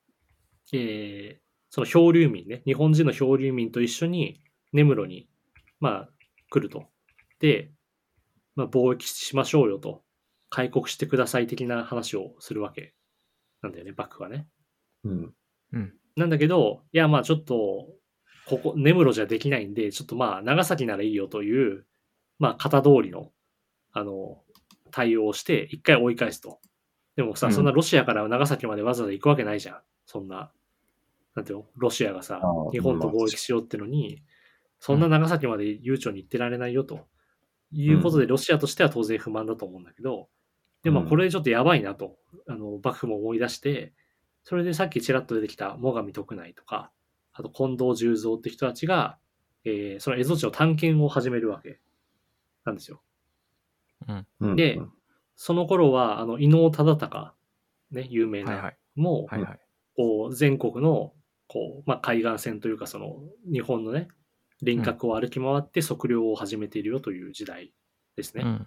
Speaker 2: その漂流民ね、日本人の漂流民と一緒に根室に、来ると。で、貿易しましょうよと。開国してください的な話をするわけなんだよね、幕府はね。なんだけど、いや、ちょっと、ここ、根室じゃできないんで、ちょっと長崎ならいいよという、型通りの、対応をして、一回追い返すと。でもさ、そんなロシアから長崎までわざわざ行くわけないじゃん。そんな、なんていうの、ロシアがさ、日本と貿易しようってのに、そんな長崎まで悠長に行ってられないよと。いうことで、ロシアとしては当然不満だと思うんだけど、でもこれちょっとやばいなと、幕府も思い出して、それでさっきちらっと出てきた最上徳内とか、あと近藤重蔵って人たちが、その蝦夷地の探検を始めるわけなんですよ。で、その頃は、伊能忠敬、ね、有名な、もう、こう、全国の、こう、海岸線というか、その、日本のね、輪郭を歩き回って測量を始めているよという時代ですね。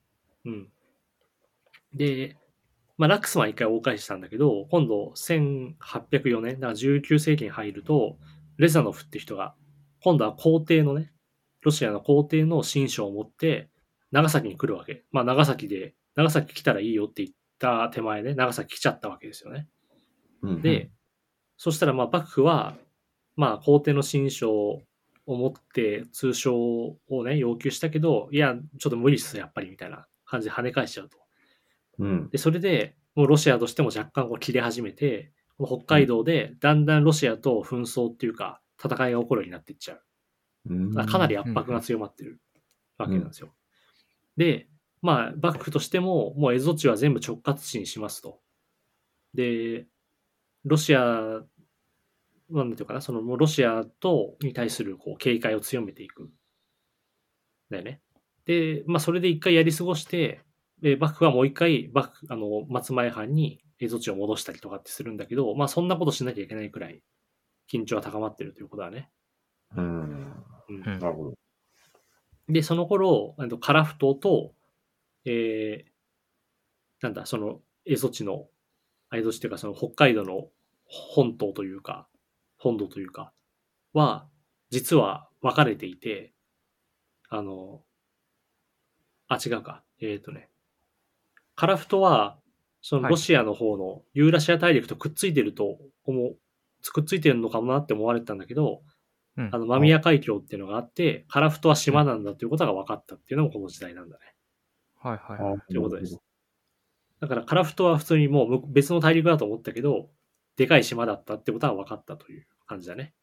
Speaker 2: で、ラックスマン一回大返ししたんだけど、今度1804年、だから19世紀に入ると、レザノフって人が、今度は皇帝のね、ロシアの皇帝の親書を持って、長崎に来るわけ。長崎来たらいいよって言った手前ね、長崎来ちゃったわけですよね。で、そしたら幕府は、皇帝の親書を持って通商をね、要求したけど、いや、ちょっと無理っす、やっぱり、みたいな感じで跳ね返しちゃうと。で、それで、もうロシアとしても若干こう切れ始めて、北海道でだんだんロシアと紛争っていうか、戦いが起こるようになっていっちゃう。かなり圧迫が強まってるわけなんですよ。で、幕府としても、もう蝦夷地は全部直轄地にしますと。で、ロシア、なんていうかな、そのもうロシアに対するこう警戒を強めていく。だよね。で、それで一回やり過ごして、幕府はもう一回、松前藩に蝦夷地を戻したりとかってするんだけど、そんなことしなきゃいけないくらい、緊張が高まってるということだね。
Speaker 1: なるほど。
Speaker 2: で、その頃、樺太と、その、蝦夷地っていうか、その北海道の本土というか、は、実は分かれていて、違うか。樺太は、そのロシアの方のユーラシア大陸とくっついてるのかもなって思われてたんだけど、 間宮海峡っていうのがあって、樺太は島なんだということが分かったっていうのもこの時代なんだね。
Speaker 3: はいはい。
Speaker 2: ということです。だから樺太は普通にもう別の大陸だと思ったけど、でかい島だったってことは分かったという感じだね。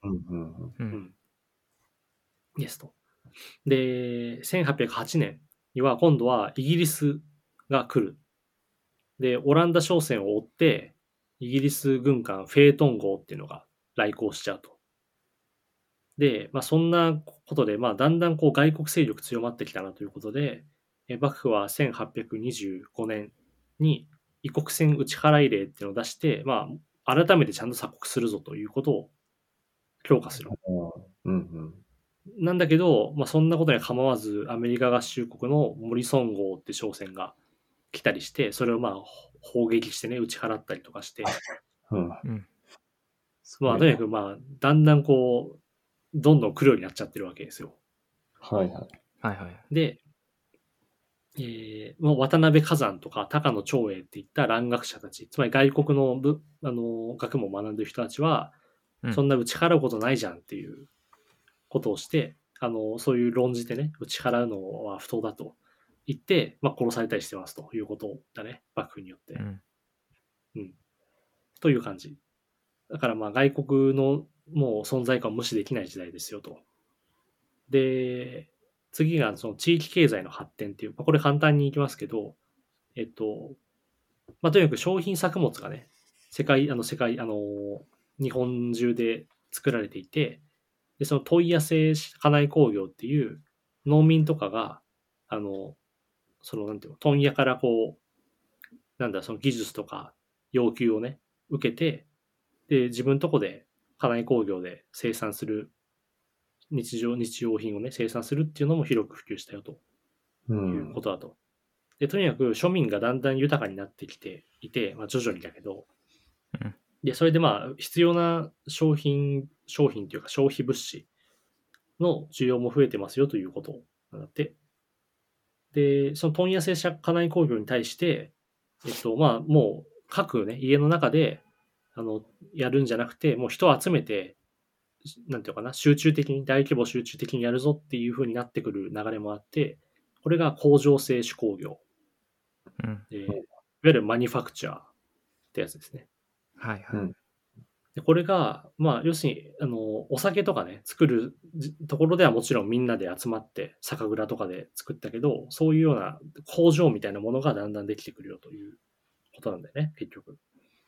Speaker 2: ですと。で、1808年には今度はイギリスが来る。で、オランダ商船を追って、イギリス軍艦フェートン号っていうのが来航しちゃうと。で、そんなことで、だんだん外国勢力強まってきたなということで、幕府は1825年に異国船打ち払い令っていうのを出して、改めてちゃんと鎖国するぞということを強化する。なんだけど、そんなことには構わず、アメリカ合衆国のモリソン号って商船が来たりして、それを砲撃してね、打ち払ったりとかして、とにかくだんだんどんどん来るようになっちゃってるわけですよ。で、渡辺崋山とか高野長英っていった蘭学者たち、つまり外国の学問を学んでる人たちは、そんな打ち払うことないじゃんっていうことをして、そういう論じてね、打ち払うのは不当だと言って、殺されたりしてますということだね、幕府によって。という感じ。だから外国のもう存在感を無視できない時代ですよと。で、次がその地域経済の発展っていう、これ簡単にいきますけど、とにかく商品作物がね、日本中で作られていて、で、その問屋製家内工業っていう農民とかが、なんていうの、問屋からその技術とか要求をね、受けて、で、自分とこで家内工業で生産する日用品をね、生産するっていうのも広く普及したよということだと。で、とにかく庶民がだんだん豊かになってきていて、徐々にだけど、で、それで必要な商品というか消費物資の需要も増えてますよということなんだって。で、その問屋製家内工業に対して、もう各ね、家の中で、やるんじゃなくて、もう人を集めて、なんていうかな、大規模集中的にやるぞっていう風になってくる流れもあって、これが工場製手工業。いわゆるマニファクチャーってやつですね。でこれが、要するに、お酒とかね、作るところではもちろんみんなで集まって酒蔵とかで作ったけど、そういうような工場みたいなものがだんだんできてくるよということなんだよね、結局。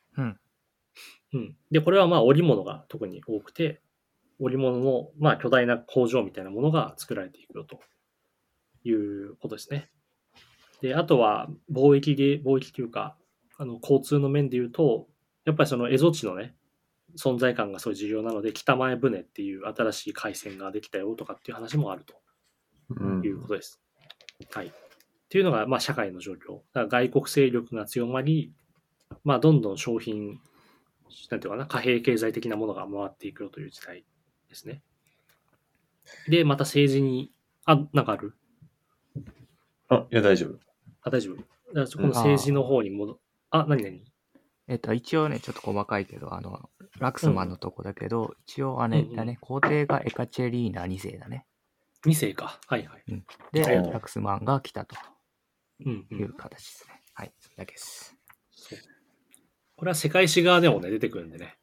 Speaker 2: で、これは織物が特に多くて、織物の巨大な工場みたいなものが作られていくよということですね。で、あとは貿易というか、交通の面で言うと、やっぱりその蝦夷地のね、存在感がすごい重要なので、北前船っていう新しい海戦ができたよとかっていう話もあるということです。っていうのが、社会の状況。だから外国勢力が強まり、どんどん商品、なんていうかな、貨幣経済的なものが回っていくよという時代ですね。で、また政治に、なんかある？
Speaker 1: いや、大丈夫。
Speaker 2: 大丈夫。この政治の方に何
Speaker 3: 一応ね、ちょっと細かいけど、ラクスマンのとこだけど、一応皇帝がエカチェリーナ2世だね。
Speaker 2: 2世か。
Speaker 3: で、ラクスマンが来たという形ですね。それだけです。
Speaker 2: これは世界史側でもね、出てくるんでね。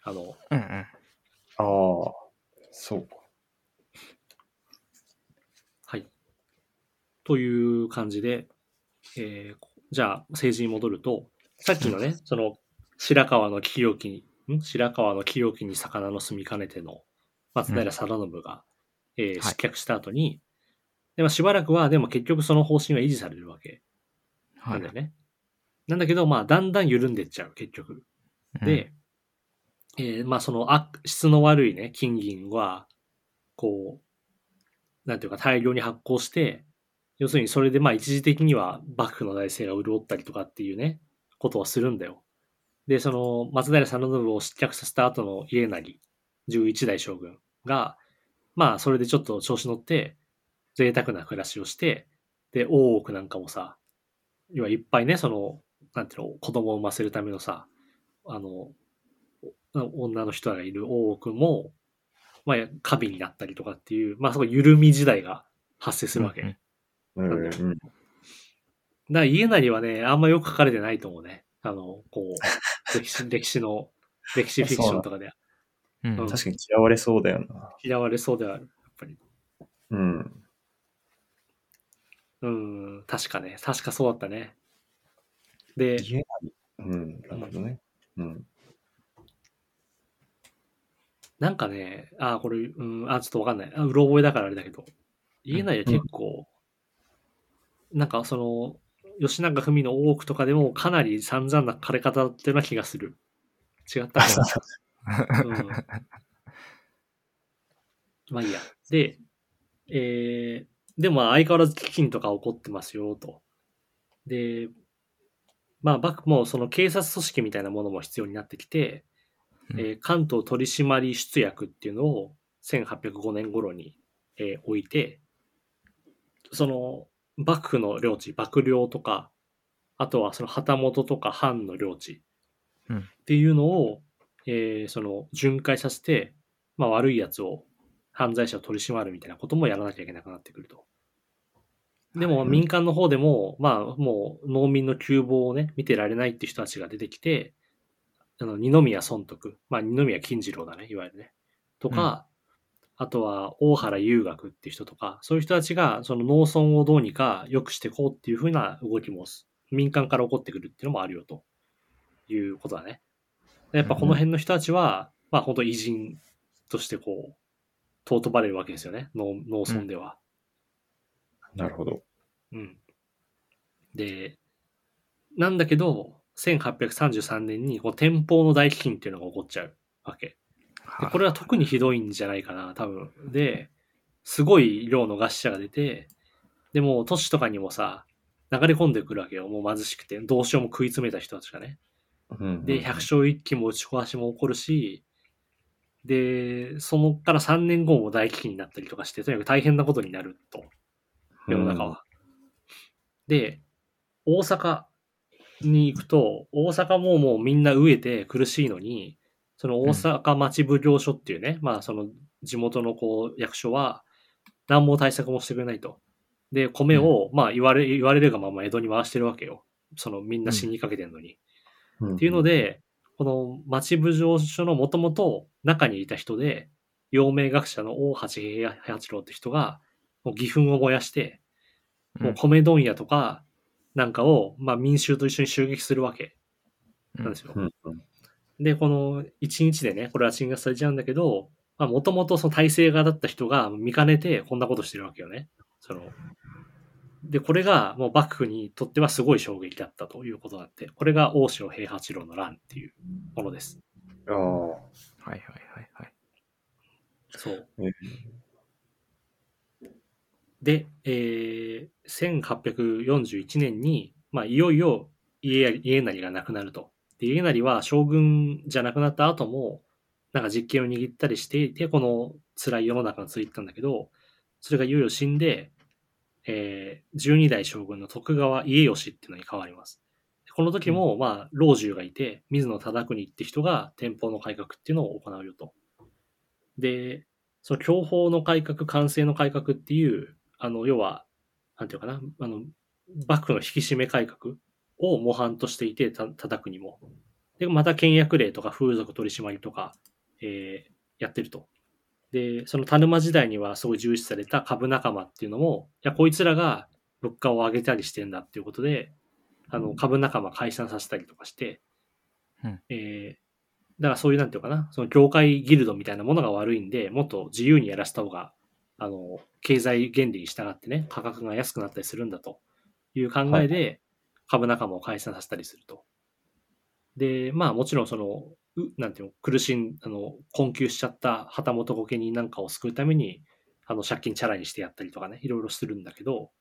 Speaker 1: そうか。
Speaker 2: という感じで、じゃあ政治に戻ると、さっきのね、その白川の清きに魚の住みかねての松平定信が、失脚した後に、でしばらくはでも結局その方針は維持されるわけなんだよね。なんだけど、だんだん緩んでっちゃう、結局。で、その質の悪いね、金銀は、なんていうか大量に発行して、要するにそれで一時的には幕府の財政が潤ったりとかっていうね、ことをするんだよ。で、その松平定信を失脚させた後の家成11代将軍が、それでちょっと調子乗って、贅沢な暮らしをして、で、大奥なんかもさ、要はいっぱいね、なんていうの、子供を産ませるためのさ、女の人がいる大奥も、 まあ、過敏になったりとかっていう、まあ、その緩み時代が発生するわけ。だから家なりはね、あんまよく書かれてないと思うね。こう、歴史フィクションとかでは。
Speaker 1: 確かに嫌われそうだよな。
Speaker 2: 嫌われそうではある、やっぱり。確かそうだったね。で、
Speaker 1: 家なり。なるほどね。
Speaker 2: なんかね、これ、ちょっとわかんない。うろ覚えだからあれだけど、家なりは結構、なんかその、吉永文の大奥とかでもかなり散々な枯れ方だったような気がする。違ったかな。まあいいや。で、でも相変わらず飢饉とか起こってますよ、と。で、まあ幕府もその警察組織みたいなものも必要になってきて、関東取締出役っていうのを1805年頃に、置いて、その幕府の領地、幕領とか、あとはその旗本とか藩の領地っていうのを、その巡回させて、まあ悪いやつを、犯罪者を取り締まるみたいなこともやらなきゃいけなくなってくると。でも民間の方でも、まあもう農民の窮乏をね、見てられないっていう人たちが出てきて、二宮尊徳、まあ二宮金次郎だね、いわゆるね。とか、あとは大原遊学っていう人とか、そういう人たちがその農村をどうにか良くしていこうっていう風な動きも民間から起こってくるっていうのもあるよということだね。やっぱこの辺の人たちは、まあ本当偉人としてこう、尊ばれるわけですよね、農村では。
Speaker 1: なるほど。
Speaker 2: で、なんだけど、1833年にこう天保の大飢饉っていうのが起こっちゃうわけ。でこれは特にひどいんじゃないかな、多分。で、すごい量の餓死者が出て、でも都市とかにもさ、流れ込んでくるわけよ。もう貧しくて、どうしようも食い詰めた人たちがね。で、百姓一揆も打ち壊しも起こるし、で、そのから3年後も大飢饉になったりとかして、とにかく大変なことになると。世の中は。で、大阪に行くと、大阪もうみんな飢えて苦しいのに、その大阪町奉行所っていうね、まあその地元のこう役所は何も対策もしてくれないと。で、米を、まあ言われるがまま江戸に回してるわけよ。そのみんな死にかけてんのに。っていうので、この町奉行所のもともと中にいた人で、陽明学者の大橋平八郎って人が、もう義憤を燃やして、もう米問屋とかなんかを、まあ民衆と一緒に襲撃するわけなんですよ。で、この一日でね、これは鎮圧されちゃうんだけど、まあもともとその体制側だった人が見かねてこんなことしてるわけよね。で、これがもう幕府にとってはすごい衝撃だったということになって、これが大塩平八郎の乱っていうものです。
Speaker 3: はいはいはいはい。
Speaker 2: そう。で、1841年に、まあ、いよいよ家斉が亡くなると。で、家斉は将軍じゃなくなった後も、なんか実権を握ったりしていて、この辛い世の中が続いてたんだけど、それがいよいよ死んで、12代将軍の徳川家吉っていうのに変わります。この時も、まあ、老中がいて、水野忠国って人が天保の改革っていうのを行うよと。で、その享保の改革、寛政の改革っていう、要は、なんていうかな、幕府の引き締め改革を模範としていて、忠国も。で、また倹約令とか風俗取締りとか、やってると。で、その田沼時代にはすごい重視された株仲間っていうのも、いや、こいつらが物価を上げたりしてんだっていうことで、株仲間解散させたりとかして、だからそういうなんていうかな、その業界ギルドみたいなものが悪いんで、もっと自由にやらせた方が、経済原理に従ってね、価格が安くなったりするんだという考えで、株仲間を解散させたりすると。で、まあもちろんその、なんていうの、困窮しちゃった旗本御家人なんかを救うために、借金チャラにしてやったりとかね、いろいろするんだけど、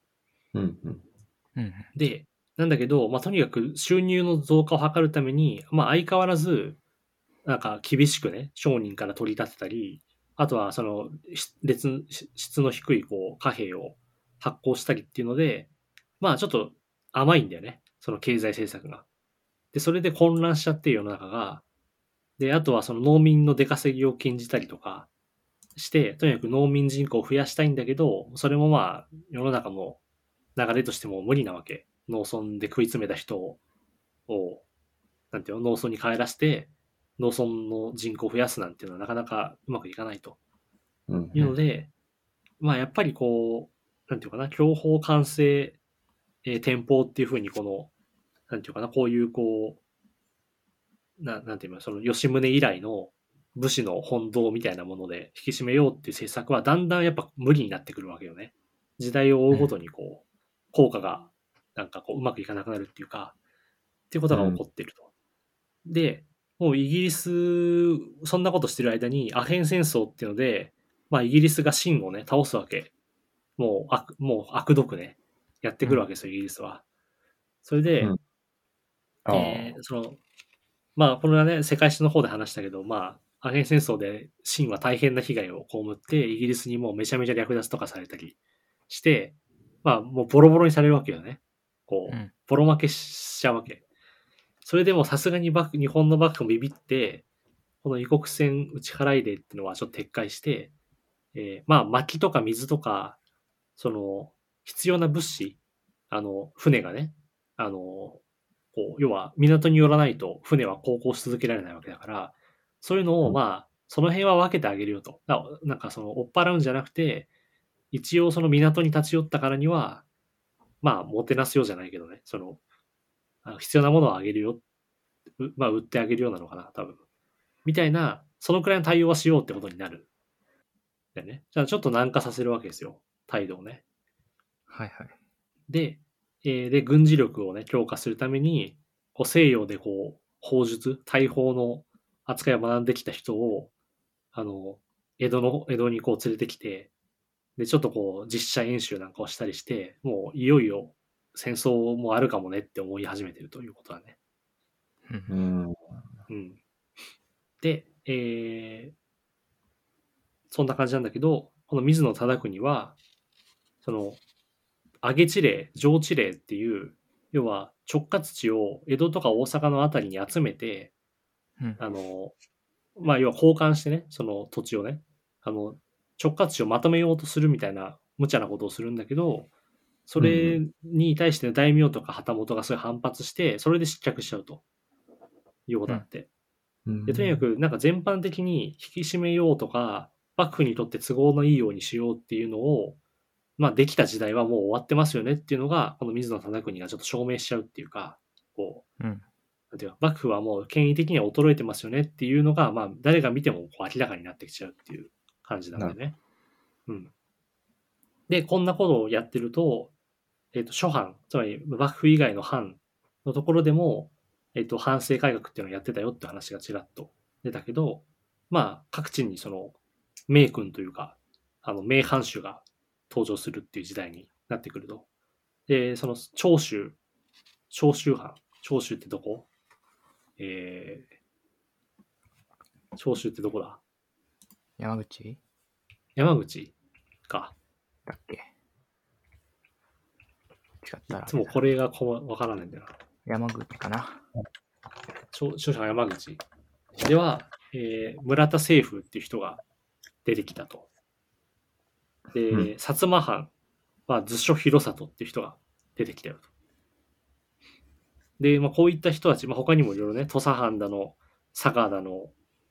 Speaker 2: で、なんだけど、まあとにかく収入の増加を図るために、まあ相変わらず、なんか厳しくね、商人から取り立てたり、あとはその質の低いこう貨幣を発行したりっていうので、まあちょっと甘いんだよね、その経済政策が。で、それで混乱しちゃって世の中が。で、あとはその農民の出稼ぎを禁じたりとか、 して、とにかく農民人口を増やしたいんだけど、それもまあ、世の中の流れとしても無理なわけ。農村で食い詰めた人を、なんていうの、農村に帰らせて、農村の人口を増やすなんていうのはなかなかうまくいかないと。いうので、まあやっぱりこう、なんていうかな、享保完成、天保っていうふうにこの、なんていうかな、こういうこう、なんていうの、その吉宗以来の武士の本道みたいなもので引き締めようっていう政策はだんだんやっぱ無理になってくるわけよね。時代を追うごとにこう、効果がなんかこううまくいかなくなるっていうか、っていうことが起こっていると。で、もうイギリス、そんなことしてる間にアヘン戦争っていうので、まあイギリスが清をね、倒すわけ。もう悪毒ね、やってくるわけですよ、イギリスは。それで、まあこれはね、世界史の方で話したけど、まあ、アヘン戦争で清は大変な被害を被って、イギリスにもうめちゃめちゃ略奪とかされたりして、まあもうボロボロにされるわけよね。こう、ボロ負けしちゃうわけ。それでもさすがに日本の幕府もビビって、この異国船打ち払い令っていうのはちょっと撤回して、まあ薪とか水とか、その必要な物資、船がね、要は港に寄らないと船は航行し続けられないわけだから、そういうのをまあ、その辺は分けてあげるよと。なんかその追っ払うんじゃなくて、一応その港に立ち寄ったからには、まあ、もてなすようじゃないけどね、必要なものをあげるよ。まあ、売ってあげるようなのかな、多分。みたいな、そのくらいの対応はしようってことになる。だよね。じゃあちょっと軟化させるわけですよ。態度をね。
Speaker 3: はいはい。
Speaker 2: で、軍事力をね、強化するために、こう西洋でこう、砲術、大砲の扱いを学んできた人を、江戸にこう連れてきて、で、ちょっとこう、実写演習なんかをしたりして、もういよいよ戦争もあるかもねって思い始めてるということだね。で、そんな感じなんだけど、この水野忠邦は、その、上げ地令、上地令っていう、要は直轄地を江戸とか大阪のあたりに集めて、まあ、要は交換してね、その土地をね、直轄地をまとめようとするみたいな無茶なことをするんだけど、それに対して大名とか旗本がそういう反発して、それで失脚しちゃうということだって。でとにかく、なんか全般的に引き締めようとか、幕府にとって都合のいいようにしようっていうのを、まあ、できた時代はもう終わってますよねっていうのが、この水野忠邦がちょっと証明しちゃうっていうか、こう、なんていうか、幕府はもう権威的には衰えてますよねっていうのが、まあ、誰が見てもこう明らかになってきちゃうっていう感じなんだよね。で、こんなことをやってると、諸藩、つまり幕府以外の藩のところでも、藩政改革っていうのをやってたよって話がちらっと出たけど、まあ、各地にその、名君というか、名藩主が登場するっていう時代になってくると。で、その長州藩、長州ってどこ？長州ってどこだ？
Speaker 3: 山口
Speaker 2: か。
Speaker 3: だっけ？違ったら。
Speaker 2: いつもこれがわからないんだよな。
Speaker 3: 山口かな。
Speaker 2: 長州藩山口では、村田清風っていう人が出てきたと。で、薩摩藩は図書広里っていう人が出てきたよと。で、まあ、こういった人たち、まあ、他にもいろいろね、土佐藩だの、佐賀だの、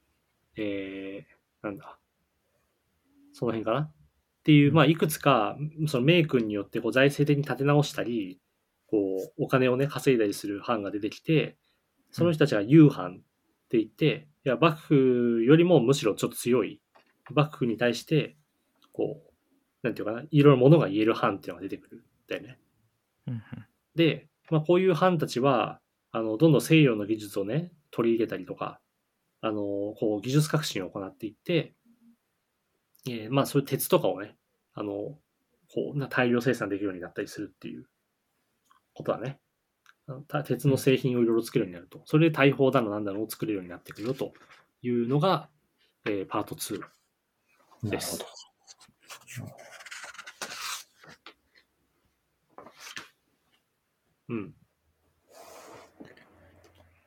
Speaker 2: なんだ、その辺かなっていう、まあ、いくつか、その名君によってこう財政的に立て直したり、こう、お金をね、稼いだりする藩が出てきて、その人たちが雄藩って言って、いや、幕府よりもむしろちょっと強い、幕府に対して、こう、なんていうかな、いろいろものが言える藩っていうのが出てくるんだよね。で、まあ、こういう藩たちは、どんどん西洋の技術をね、取り入れたりとか、こう、技術革新を行っていって、まあ、そういう鉄とかをね、こう、大量生産できるようになったりするっていうことだね。鉄の製品をいろいろ作るようになると。それで大砲だのなんだのを作れるようになってくるよというのが、パート2です。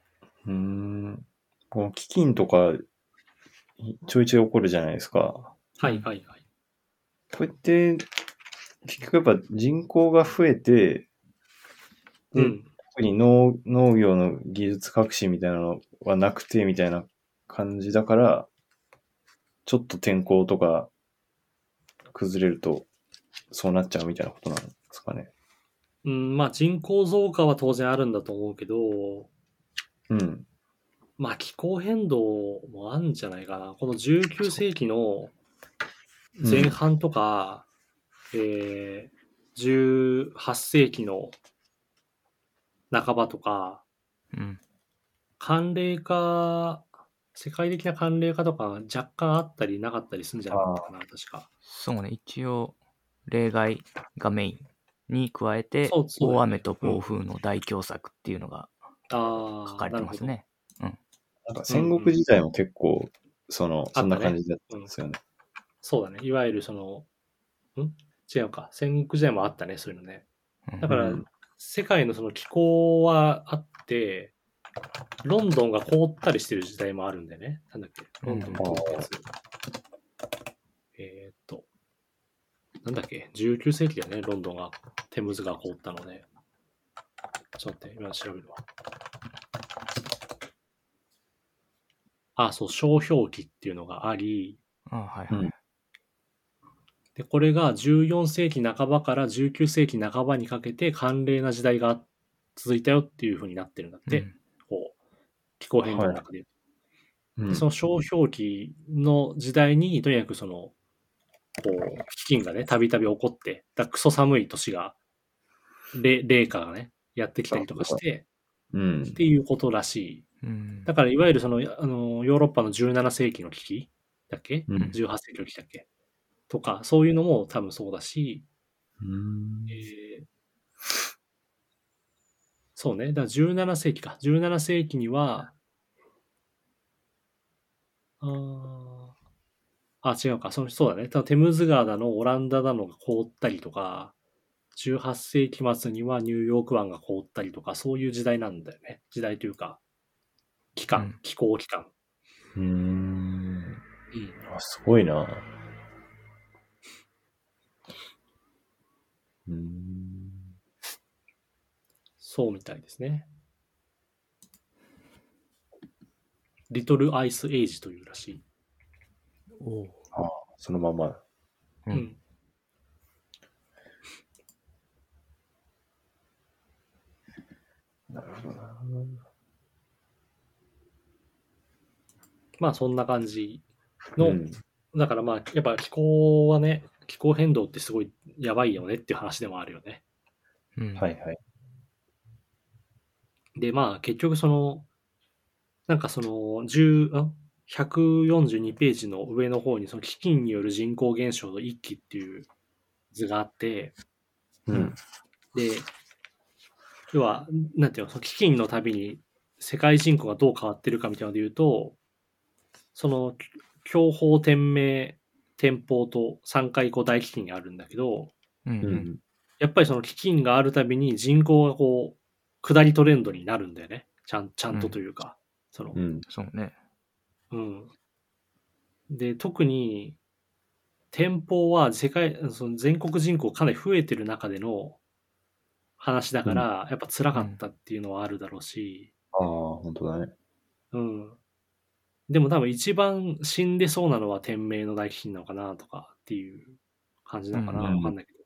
Speaker 1: この飢饉とかちょいちょい起こるじゃないですか。
Speaker 2: はいはいはい。
Speaker 1: こうやって、結局やっぱ人口が増えて、で、特に農業の技術革新みたいなのはなくてみたいな感じだから、ちょっと天候とか崩れるとそうなっちゃうみたいなことなんですかね。
Speaker 2: まあ人口増加は当然あるんだと思うけど、
Speaker 1: うん。
Speaker 2: まあ気候変動もあるんじゃないかな。この19世紀の前半とか、18世紀の半ばとか、寒冷化、世界的な寒冷化とか若干あったりなかったりするんじゃなかったかな、確か。
Speaker 3: そうね、一応、例外がメインに加えて、
Speaker 2: そうね、
Speaker 3: 大雨と暴風の大凶作っていうのが書かれてますね。
Speaker 1: なんか戦国時代も結構、そんな感じだったんですよね。
Speaker 2: そうだね。いわゆる違うか。戦国時代もあったね、そういうのね。だから、世界のその気候はあって、ロンドンが凍ったりしてる時代もあるんだよね。なんだっけ、ロンドン凍結。なんだっけ、19世紀だよね、ロンドンが、テムズが凍ったので。ちょっと待って、今調べるわ。そう、小氷期っていうのがあり、で、これが14世紀半ばから19世紀半ばにかけて寒冷な時代が続いたよっていう風になってるんだって。こう、気候変動の中で。で、その小氷期の時代に、とにかくこう、飢饉がね、たびたび起こって、クソ寒い年が、冷夏がね、やってきたりとかして、っていうことらしい。だから、いわゆるヨーロッパの17世紀の危機だっけ、18世紀の危機だっけとか、そういうのも多分そうだし、そうね。だから17世紀か。17世紀には、違うか。そうだね。多分テムズ川だの、オランダだのが凍ったりとか、18世紀末にはニューヨーク湾が凍ったりとか、そういう時代なんだよね。時代というか、気候期間。
Speaker 1: すごいな。
Speaker 2: そうみたいですね。リトルアイスエイジというらしい。
Speaker 1: そのまま。なるほどな。
Speaker 2: まあそんな感じの、だからまあやっぱ気候はね、気候変動ってすごいやばいよねっていう話でもあるよね。
Speaker 1: はいはい。
Speaker 2: でまあ結局なんか142ページの上の方にその飢饉による人口減少の一揆っていう図があって、で、要は、なんていうの、その飢饉のたびに世界人口がどう変わってるかみたいなので言うと、その、享保天明天保と3回大飢饉があるんだけど、やっぱりその飢饉があるたびに人口が下りトレンドになるんだよね。ちゃんとというか。
Speaker 3: そうね。
Speaker 2: で、特に、天保はその全国人口かなり増えてる中での話だから、やっぱ辛かったっていうのはあるだろうし。
Speaker 1: 本当だね。
Speaker 2: でも多分一番死んでそうなのは天明の大飢饉なのかなとかっていう感じなのかな、わかんないけど。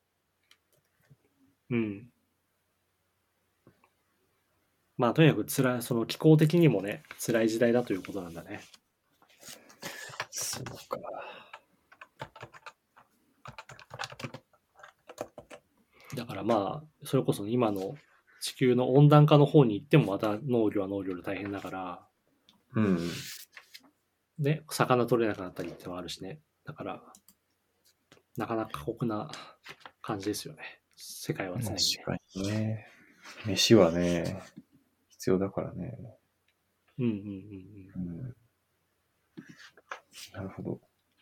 Speaker 2: まあとにかくその気候的にもね、辛い時代だということなんだね。
Speaker 1: そうか。
Speaker 2: だからまあ、それこそ今の地球の温暖化の方に行ってもまた農業は農業で大変だから、ね、魚取れなくなったりってのもあるしね。だから、なかなか過酷な感じですよね。世界は常にね。
Speaker 1: 確かにね。飯はね、必要だからね。なるほど。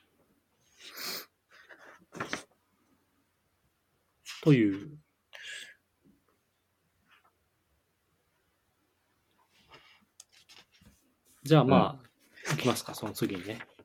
Speaker 2: という。じゃあまあ、いきますか、その次にね。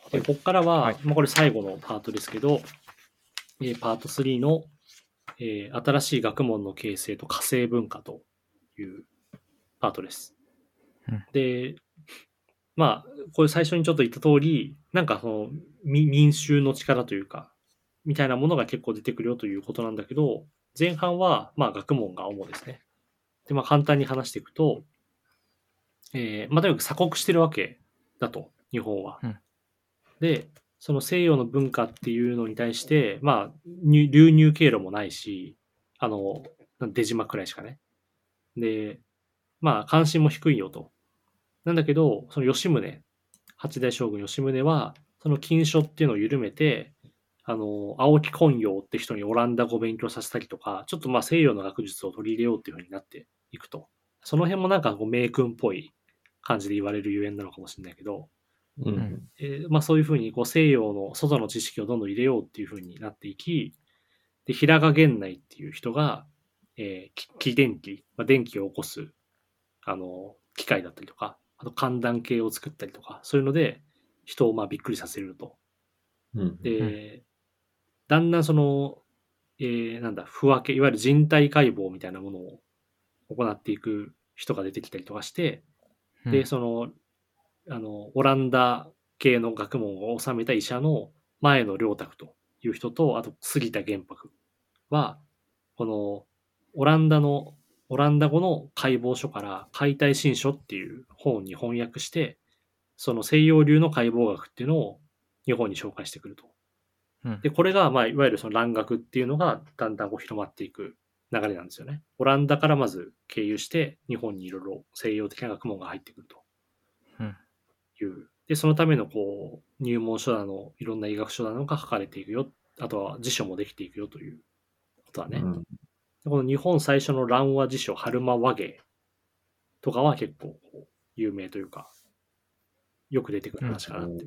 Speaker 2: でここからは、これ最後のパートですけど、パート3の、新しい学問の形成と化政文化というパートです。で、これ最初にちょっと言った通り、なんかその民衆の力というか、みたいなものが結構出てくるよということなんだけど、前半は学問が主ですね。で、簡単に話していくと、とにかく鎖国してるわけだと、日本は。で、その西洋の文化っていうのに対して、流入経路もないし、出島くらいしかね。で、関心も低いよと。なんだけど、その吉宗、八代将軍吉宗は、その禁書っていうのを緩めて、青木昆陽って人にオランダ語を勉強させたりとか、ちょっと西洋の学術を取り入れようっていう風になっていくと。その辺もなんか名君っぽい感じで言われるゆえんなのかもしれないけど、そういう風に西洋の外の知識をどんどん入れようっていう風になっていき、で、平賀源内っていう人が、気電気、電気を起こす、機械だったりとか、あと寒暖計を作ったりとか、そういうので人をびっくりさせると。で、だんだんその、不分け、いわゆる人体解剖みたいなものを行っていく人が出てきたりとかして、で、その、オランダ系の学問を収めた医者の前野良沢という人と、あと杉田玄白は、このオランダ語の解剖書から解体新書っていう本に翻訳して、その西洋流の解剖学っていうのを日本に紹介してくると。で、これが、いわゆるその蘭学っていうのがだんだん広まっていく流れなんですよね。オランダからまず経由して、日本にいろいろ西洋的な学問が入ってくると。いう。で、そのための入門書だの、いろんな医学書だのが書かれていくよ。あとは辞書もできていくよということはね。この日本最初の蘭和辞書、春間和芸とかは結構有名というか、よく出てくる話かなって。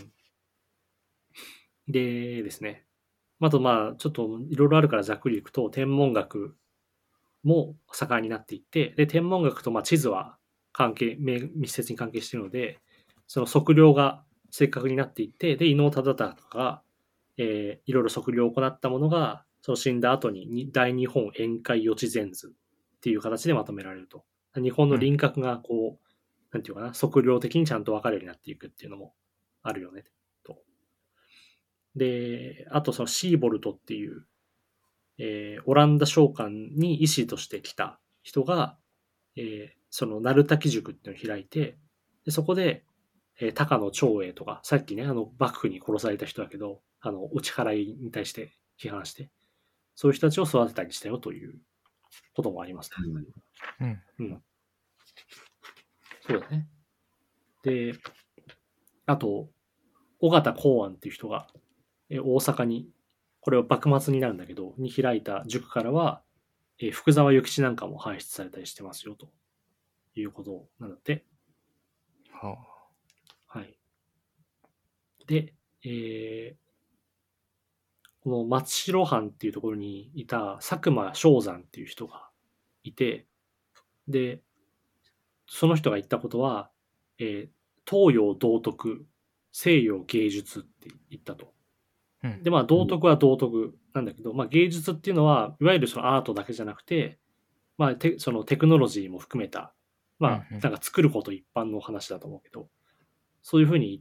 Speaker 2: でですね。あとちょっといろいろあるからざっくりいくと、天文学も盛んになっていって、で、天文学と地図は密接に関係しているので、その測量が正確になっていって、で、伊能忠敬が、いろいろ測量を行ったものが、その死んだ後に大日本宴会予知全図っていう形でまとめられると。日本の輪郭がなんていうかな、測量的にちゃんと分かるようになっていくっていうのもあるよね、と。で、あとそのシーボルトっていう、オランダ商館に医師として来た人が、その鳴滝塾っていうのを開いて、でそこで、高野長英とか、さっきね、幕府に殺された人だけど、打ち払いに対して批判して、そういう人たちを育てたりしたよということもありますと。そうだね。で、あと、尾形公安っていう人が、大阪に、これは幕末になるんだけど、に開いた塾からは、福沢諭吉なんかも輩出されたりしてますよということなんだって。はい。で、この松代藩っていうところにいた佐久間象山っていう人がいて、で、その人が言ったことは、東洋道徳、西洋芸術って言ったと。で、道徳は道徳なんだけど、芸術っていうのは、いわゆるそのアートだけじゃなくて、そのテクノロジーも含めた、なんか作ること一般の話だと思うけど、そういうふうに言って、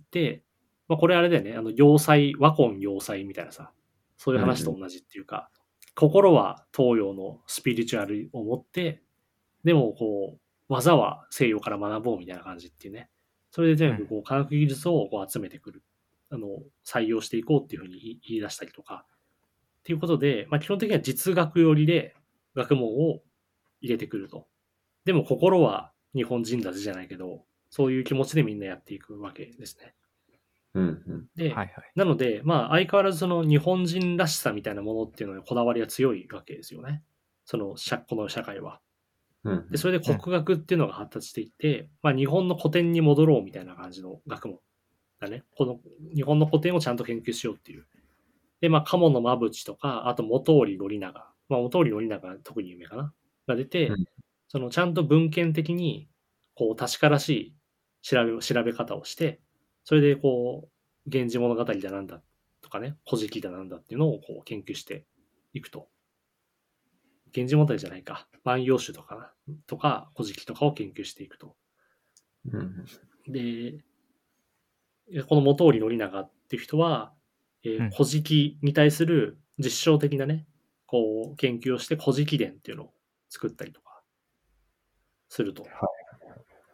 Speaker 2: これあれだよね、要塞、和魂要塞みたいなさ、そういう話と同じっていうか、心は東洋のスピリチュアルを持って、でも技は西洋から学ぼうみたいな感じっていうね。それで全部科学技術を集めてくる。採用していこうっていうふうに言い出したりとか。っていうことで、基本的には実学寄りで学問を入れてくると。でも心は日本人だぜじゃないけど、そういう気持ちでみんなやっていくわけですね。で、なので、相変わらずその日本人らしさみたいなものっていうのにこだわりが強いわけですよね。この社会は。で、それで国学っていうのが発達していって、日本の古典に戻ろうみたいな感じの学問だね。この日本の古典をちゃんと研究しようっていう。で、鴨の馬淵とか、あと本居宣長。本居宣長が特に有名かな。が出て、そのちゃんと文献的に、確からしい調べ方をして、それで源氏物語だなんだとかね、古事記だなんだっていうのをこう研究していくと。源氏物語じゃないか。万葉集とか古事記とかを研究していくと。
Speaker 1: うん、
Speaker 2: で、この本居宣長っていう人は、古事記に対する実証的なね、こう研究をして古事記伝っていうのを作ったりとかすると。
Speaker 1: はい、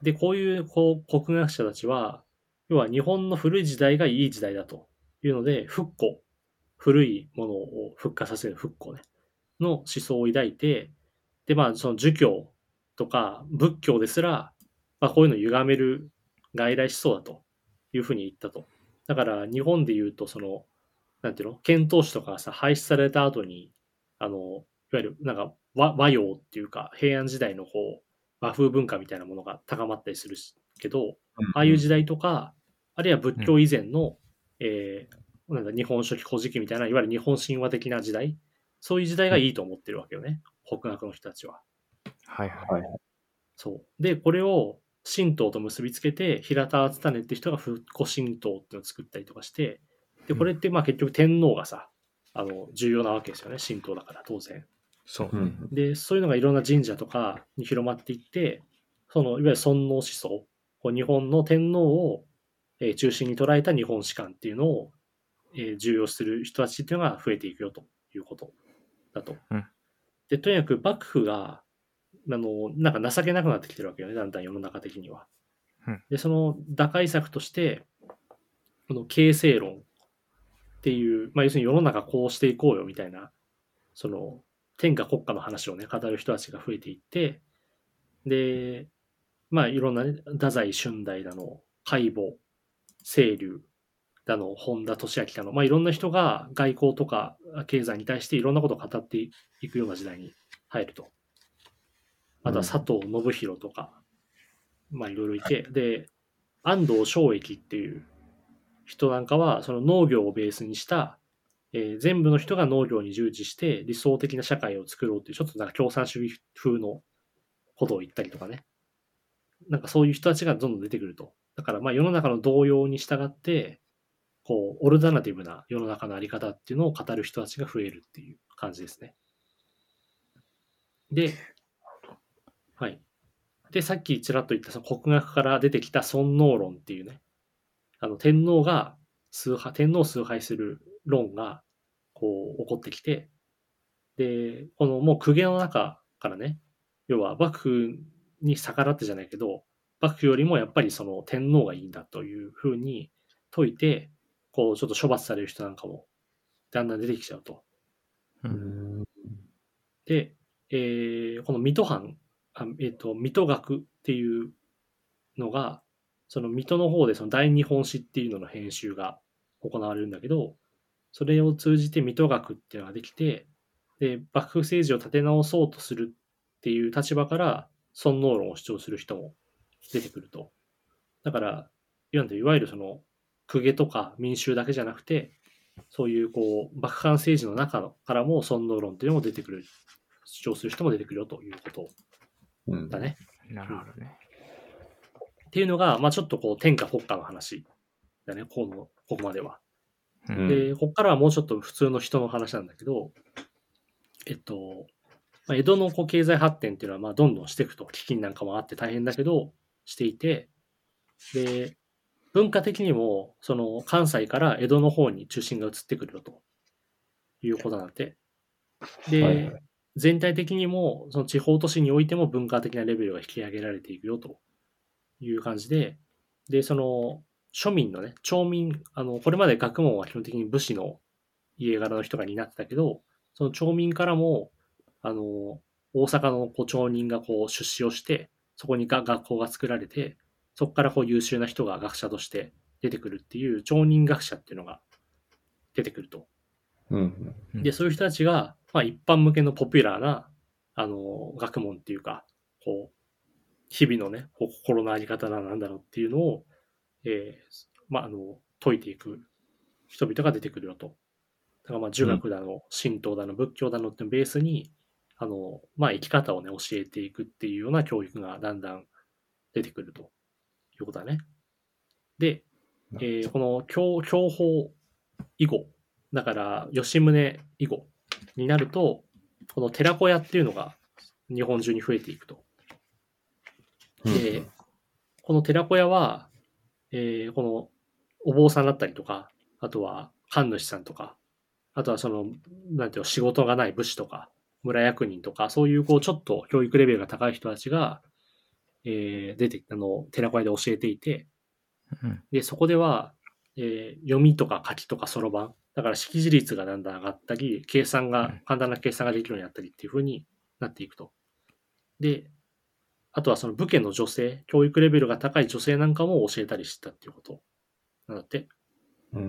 Speaker 2: で、こういうこう国学者たちは、要は日本の古い時代がいい時代だというので、古いものを復活させる復古ね、の思想を抱いて、で、まあ、その儒教とか仏教ですら、まあ、こういうのを歪める外来思想だというふうに言ったと。だから、日本で言うと、その、なんていうの、遣唐使とかがさ、廃止された後に、いわゆる、なんか和洋っていうか、平安時代のこう、和風文化みたいなものが高まったりするけど、ああいう時代とか、あるいは仏教以前の、なんか日本書紀古事記みたいな、いわゆる日本神話的な時代、そういう時代がいいと思ってるわけよね、北学の人たちは。
Speaker 3: はいはい。
Speaker 2: そう。で、これを神道と結びつけて、平田篤胤って人が復古神道っていうのを作ったりとかして、で、これってまあ結局天皇がさ、重要なわけですよね、神道だから当然。
Speaker 3: そうね。
Speaker 2: で、そういうのがいろんな神社とかに広まっていって、そのいわゆる尊王思想、こう日本の天皇を中心に捉えた日本史観っていうのを重要する人たちっていうのが増えていくよということだと。
Speaker 3: うん
Speaker 2: で、とにかく幕府が、なんか情けなくなってきてるわけよね、だんだん世の中的には。
Speaker 3: うん
Speaker 2: で、その打開策として、この形成論っていう、まあ要するに世の中こうしていこうよみたいな、その天下国家の話をね、語る人たちが増えていって、で、まあいろんなね、太宰春代だの、海母、清流だの、本田俊明だの、まあいろんな人が外交とか経済に対していろんなことを語っていくような時代に入ると。あとは佐藤信弘とか、まあいろいろいて、で、安藤正益っていう人なんかは、その農業をベースにした、全部の人が農業に従事して理想的な社会を作ろうっていう、ちょっとなんか共産主義風のことを言ったりとかね。なんかそういう人たちがどんどん出てくると。だからまあ世の中の動揺に従って、こう、オルタナティブな世の中のあり方っていうのを語る人たちが増えるっていう感じですね。で、はい。で、さっきちらっと言ったその国学から出てきた尊王論っていうね、天皇を崇拝する論が、こう、起こってきて、で、このもう公家の中からね、要は幕府に逆らってじゃないけど、幕府よりもやっぱりその天皇がいいんだというふうに説いて、こう、ちょっと処罰される人なんかもだんだん出てきちゃうと。で、この水戸藩、水戸学っていうのが、その水戸の方でその大日本史っていうのの編集が行われるんだけど、それを通じて水戸学っていうのができて、で、幕府政治を立て直そうとするっていう立場から尊王論を主張する人も出てくると。だから、いわゆるその公家とか民衆だけじゃなくて、そういうこう幕藩政治の中からも尊王論っていうのも出てくる、主張する人も出てくるよということだね。
Speaker 3: なるほどね。
Speaker 2: っていうのが、まあちょっとこう天下国家の話だね、ここまでは。で、ここからはもうちょっと普通の人の話なんだけど、まあ、江戸のこう経済発展っていうのはまあどんどんしていくと、飢饉なんかもあって大変だけど、していて、で、文化的にも、その関西から江戸の方に中心が移ってくるよということなんで、で、はいはい、全体的にも、その地方都市においても文化的なレベルが引き上げられていくよという感じで、で、その庶民のね、町民、これまで学問は基本的に武士の家柄の人が担ってたけど、その町民からも、大阪のこう町人がこう出資をして、そこに学校が作られて、そこからこう優秀な人が学者として出てくるっていう町人学者っていうのが出てくると。で、そういう人たちが、まあ、一般向けのポピュラーな、学問っていうか、こう、日々のね、心のあり方なんだろうっていうのを、まあ、説いていく人々が出てくるよと。だからまあ、儒学だの、神道だの、仏教だのってベースに、まあ、生き方をね、教えていくっていうような教育がだんだん出てくるということだね。で、 この享保以後、だから吉宗以後になると、この寺子屋っていうのが日本中に増えていくと。で、この寺子屋は、このお坊さんだったりとか、あとは神主さんとか、あとはその、なんていうの、仕事がない武士とか、村役人とか、そういうこう、ちょっと教育レベルが高い人たちが、出て、寺子屋で教えていて、で、そこでは、読みとか書きとかそろばん、だから識字率がだんだん上がったり、簡単な計算ができるようになったりっていう風になっていくと。で、あとはその武家の女性、教育レベルが高い女性なんかも教えたりしたっていうことなんだって。うん。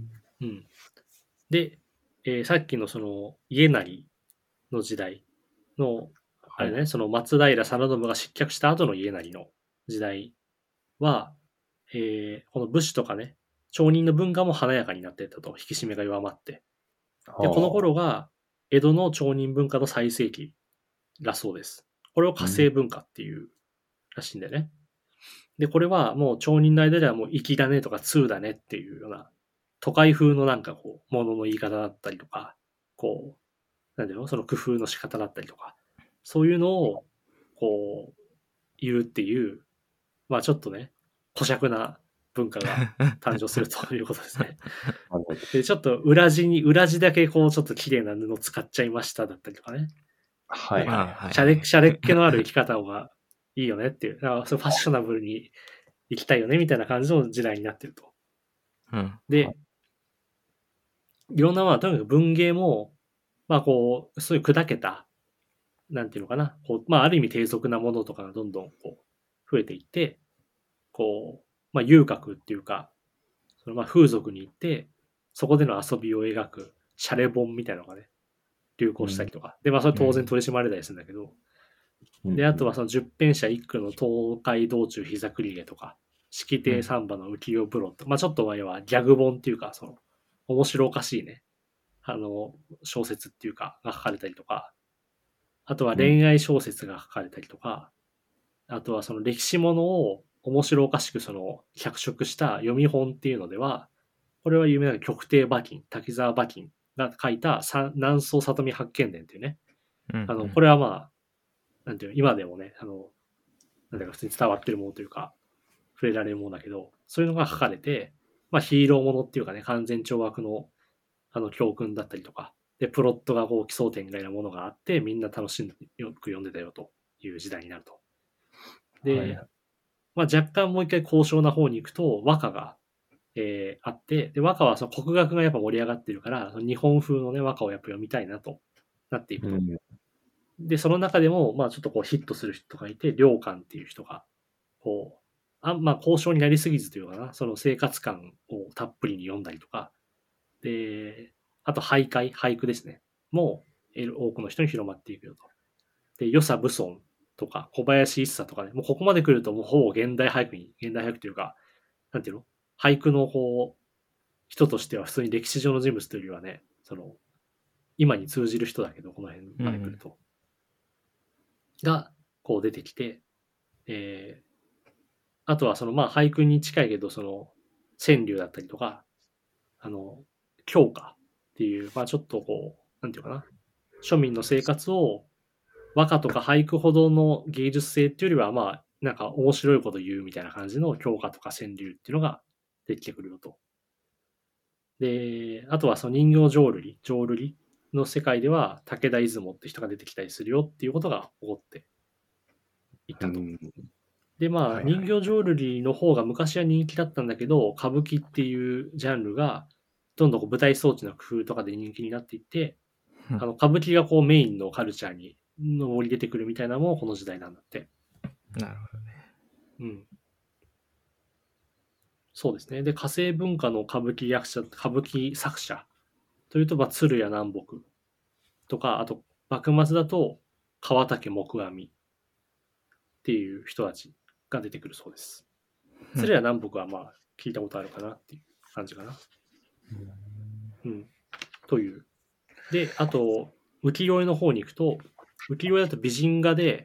Speaker 2: で、さっきのその家成の時代の、あれね、その松平定信が失脚した後の家成の時代は、この武士とかね、町人の文化も華やかになっていったと、引き締めが弱まって。で、この頃が江戸の町人文化の最盛期らそうです。これを化政文化っていうらしいんだよね。で、これはもう町人の間ではもう粋だねとか通だねっていうような、都会風のなんかこう、ものの言い方だったりとか、こう、なんだろう、その工夫の仕方だったりとか、そういうのを、こう、言うっていう、まあちょっとね、小尺な文化が誕生するということですね。で、ちょっと裏地だけこう、ちょっと綺麗な布使っちゃいましただったりとかね。
Speaker 1: はい。
Speaker 2: シャレっ気のある生き方がいいよねっていう、だからそれファッショナブルに生きたいよねみたいな感じの時代になってると。で、いろんなまあ、とにかく文芸も、まあこう、そういう砕けた、なんていうのかな、こう、まあある意味低俗なものとかがどんどんこう、増えていって、こう、まあ遊郭っていうか、そのまあ風俗に行って、そこでの遊びを描くシャレ本みたいなのがね、流行したりとか。で、まあそれ当然取り締まれたりするんだけど、で、あとはその十編者一句の東海道中膝栗毛とか、式亭三馬の浮世風呂とか、まあちょっと前はギャグ本っていうか、その、面白おかしいね、小説っていうか、が書かれたりとか、あとは恋愛小説が書かれたりとか、あとはその歴史ものを面白おかしくその脚色した読み本っていうのでは、これは有名な極低馬琴、滝沢馬琴が書いた南宋里見八犬伝っていうね、これはまあ、なんていう今でもね、なんていうか普通に伝わってるものというか、触れられるものだけど、そういうのが書かれて、まあヒーローものっていうかね、完全懲悪の教訓だったりとか、で、プロットがこう奇想天外なものがあって、みんな楽しんでよく読んでたよという時代になると。で、まあ若干もう一回高尚な方に行くと、和歌が、あって、で、和歌はその国学がやっぱ盛り上がってるから、日本風のね、和歌をやっぱ読みたいなとなっていくと。で、その中でも、まあちょっとこうヒットする人がいて、良寛っていう人が、こう、まあ高尚になりすぎずというかな、その生活感をたっぷりに読んだりとか、で、あと俳句ですね。もう多くの人に広まっていくよと。で、与謝蕪村とか小林一茶とかね、もうここまで来るともうほぼ現代俳句というか、なんていうの俳句のこう、人としては普通に歴史上の人物というよりはね、その、今に通じる人だけど、この辺まで来ると。が、こう出てきて、あとはそのまあ俳句に近いけど、その、川柳だったりとか、狂歌っていう、まあちょっとこう、なんていうかな、庶民の生活を和歌とか俳句ほどの芸術性っていうよりは、まあ、なんか面白いこと言うみたいな感じの狂歌とか川柳っていうのができてくるよと。で、あとはその人形浄瑠璃の世界では武田出雲って人が出てきたりするよっていうことが起こっていったと。で、まあ、人形浄瑠璃の方が昔は人気だったんだけど、歌舞伎っていうジャンルが、どんどん舞台装置の工夫とかで人気になっていって、歌舞伎がこうメインのカルチャーに上り出てくるみたいなのもこの時代なんだって。
Speaker 3: なるほどね。
Speaker 2: うん。そうですね。で、化政文化の歌舞伎作者というと、まあ、鶴屋南北とか、あと、幕末だと川竹木阿弥っていう人たちが出てくるそうです。鶴屋南北はまあ、聞いたことあるかなっていう感じかな。うん。という。で、あと、浮世絵の方に行くと、浮世絵だと美人画で、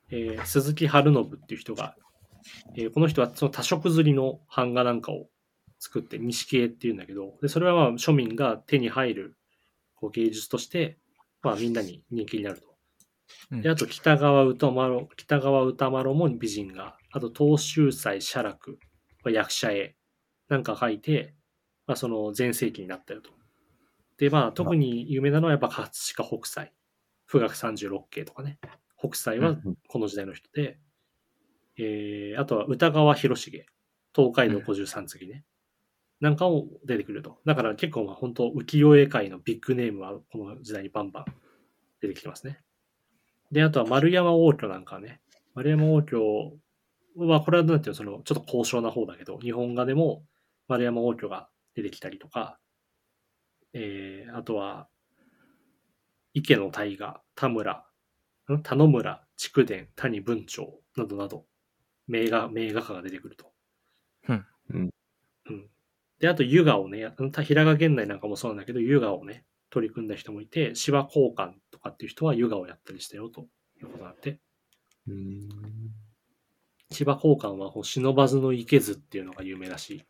Speaker 2: 鈴木春信っていう人が、この人はその多色刷りの版画なんかを作って錦絵っていうんだけど、でそれはまあ庶民が手に入るこう芸術として、まあ、みんなに人気になると。であと北川歌麿も美人画、あと東秀斎写楽、役者絵なんか描いて、まあ、その全盛期になったよと。でまあ特に有名なのはやっぱ葛飾北斎、富岳36景とかね。北斎はこの時代の人で、あとは歌川広重、東海道53次ね。なんかも出てくると。だから結構まあ本当浮世絵界のビッグネームはこの時代にバンバン出てきてますね。で、あとは丸山応挙なんかはね。丸山応挙は、これはなんていうの、そのちょっと高尚な方だけど、日本画でも丸山応挙が出てきたりとか、あとは、池の大河、田村、田野村、筑前、谷文鳥などなど、名画家が出てくると。うんで、あと、湯河をね、平賀源内なんかもそうなんだけど、湯河をね、取り組んだ人もいて、芝交換とかっていう人は湯河をやったりしたよということなんで。芝交換は忍ばずの池図っていうのが有名だし。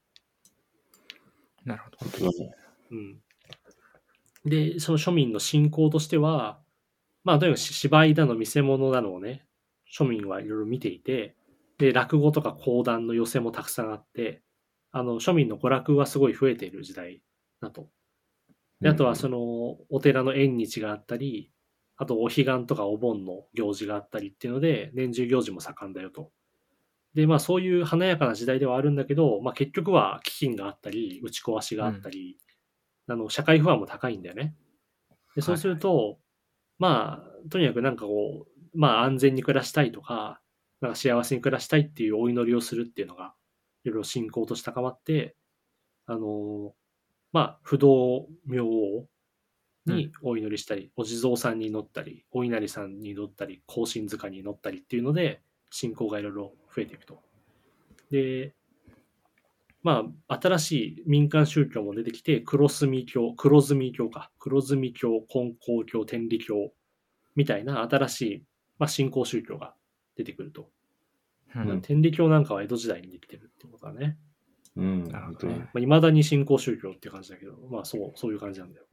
Speaker 3: なるほど。
Speaker 2: うん。で、その庶民の信仰としては、まあ、とにかく芝居だの見せ物だのをね、庶民はいろいろ見ていて、で、落語とか講談の寄せもたくさんあって、庶民の娯楽はすごい増えている時代だと。で、あとはその、お寺の縁日があったり、あとお彼岸とかお盆の行事があったりっていうので、年中行事も盛んだよと。で、まあそういう華やかな時代ではあるんだけど、まあ結局は飢饉があったり、打ち壊しがあったり、社会不安も高いんだよね。で、そうすると、まあ、とにかくなんかこう、まあ安全に暮らしたいとか、なんか幸せに暮らしたいっていうお祈りをするっていうのが、いろいろ信仰として高まって、まあ、不動明王にお祈りしたり、お地蔵さんに祈ったり、お稲荷さんに祈ったり、庚申塚に祈ったりっていうので、信仰がいろいろ増えていくと。で、まあ、新しい民間宗教も出てきて、黒住教、黒住教、金光教、天理教みたいな新しい、まあ、信仰宗教が出てくると。天理教なんかは江戸時代にできてるってことだね。
Speaker 1: なるほど。
Speaker 2: まあ、未だに信仰宗教っていう感じだけど、まあそういう感じなんだよ。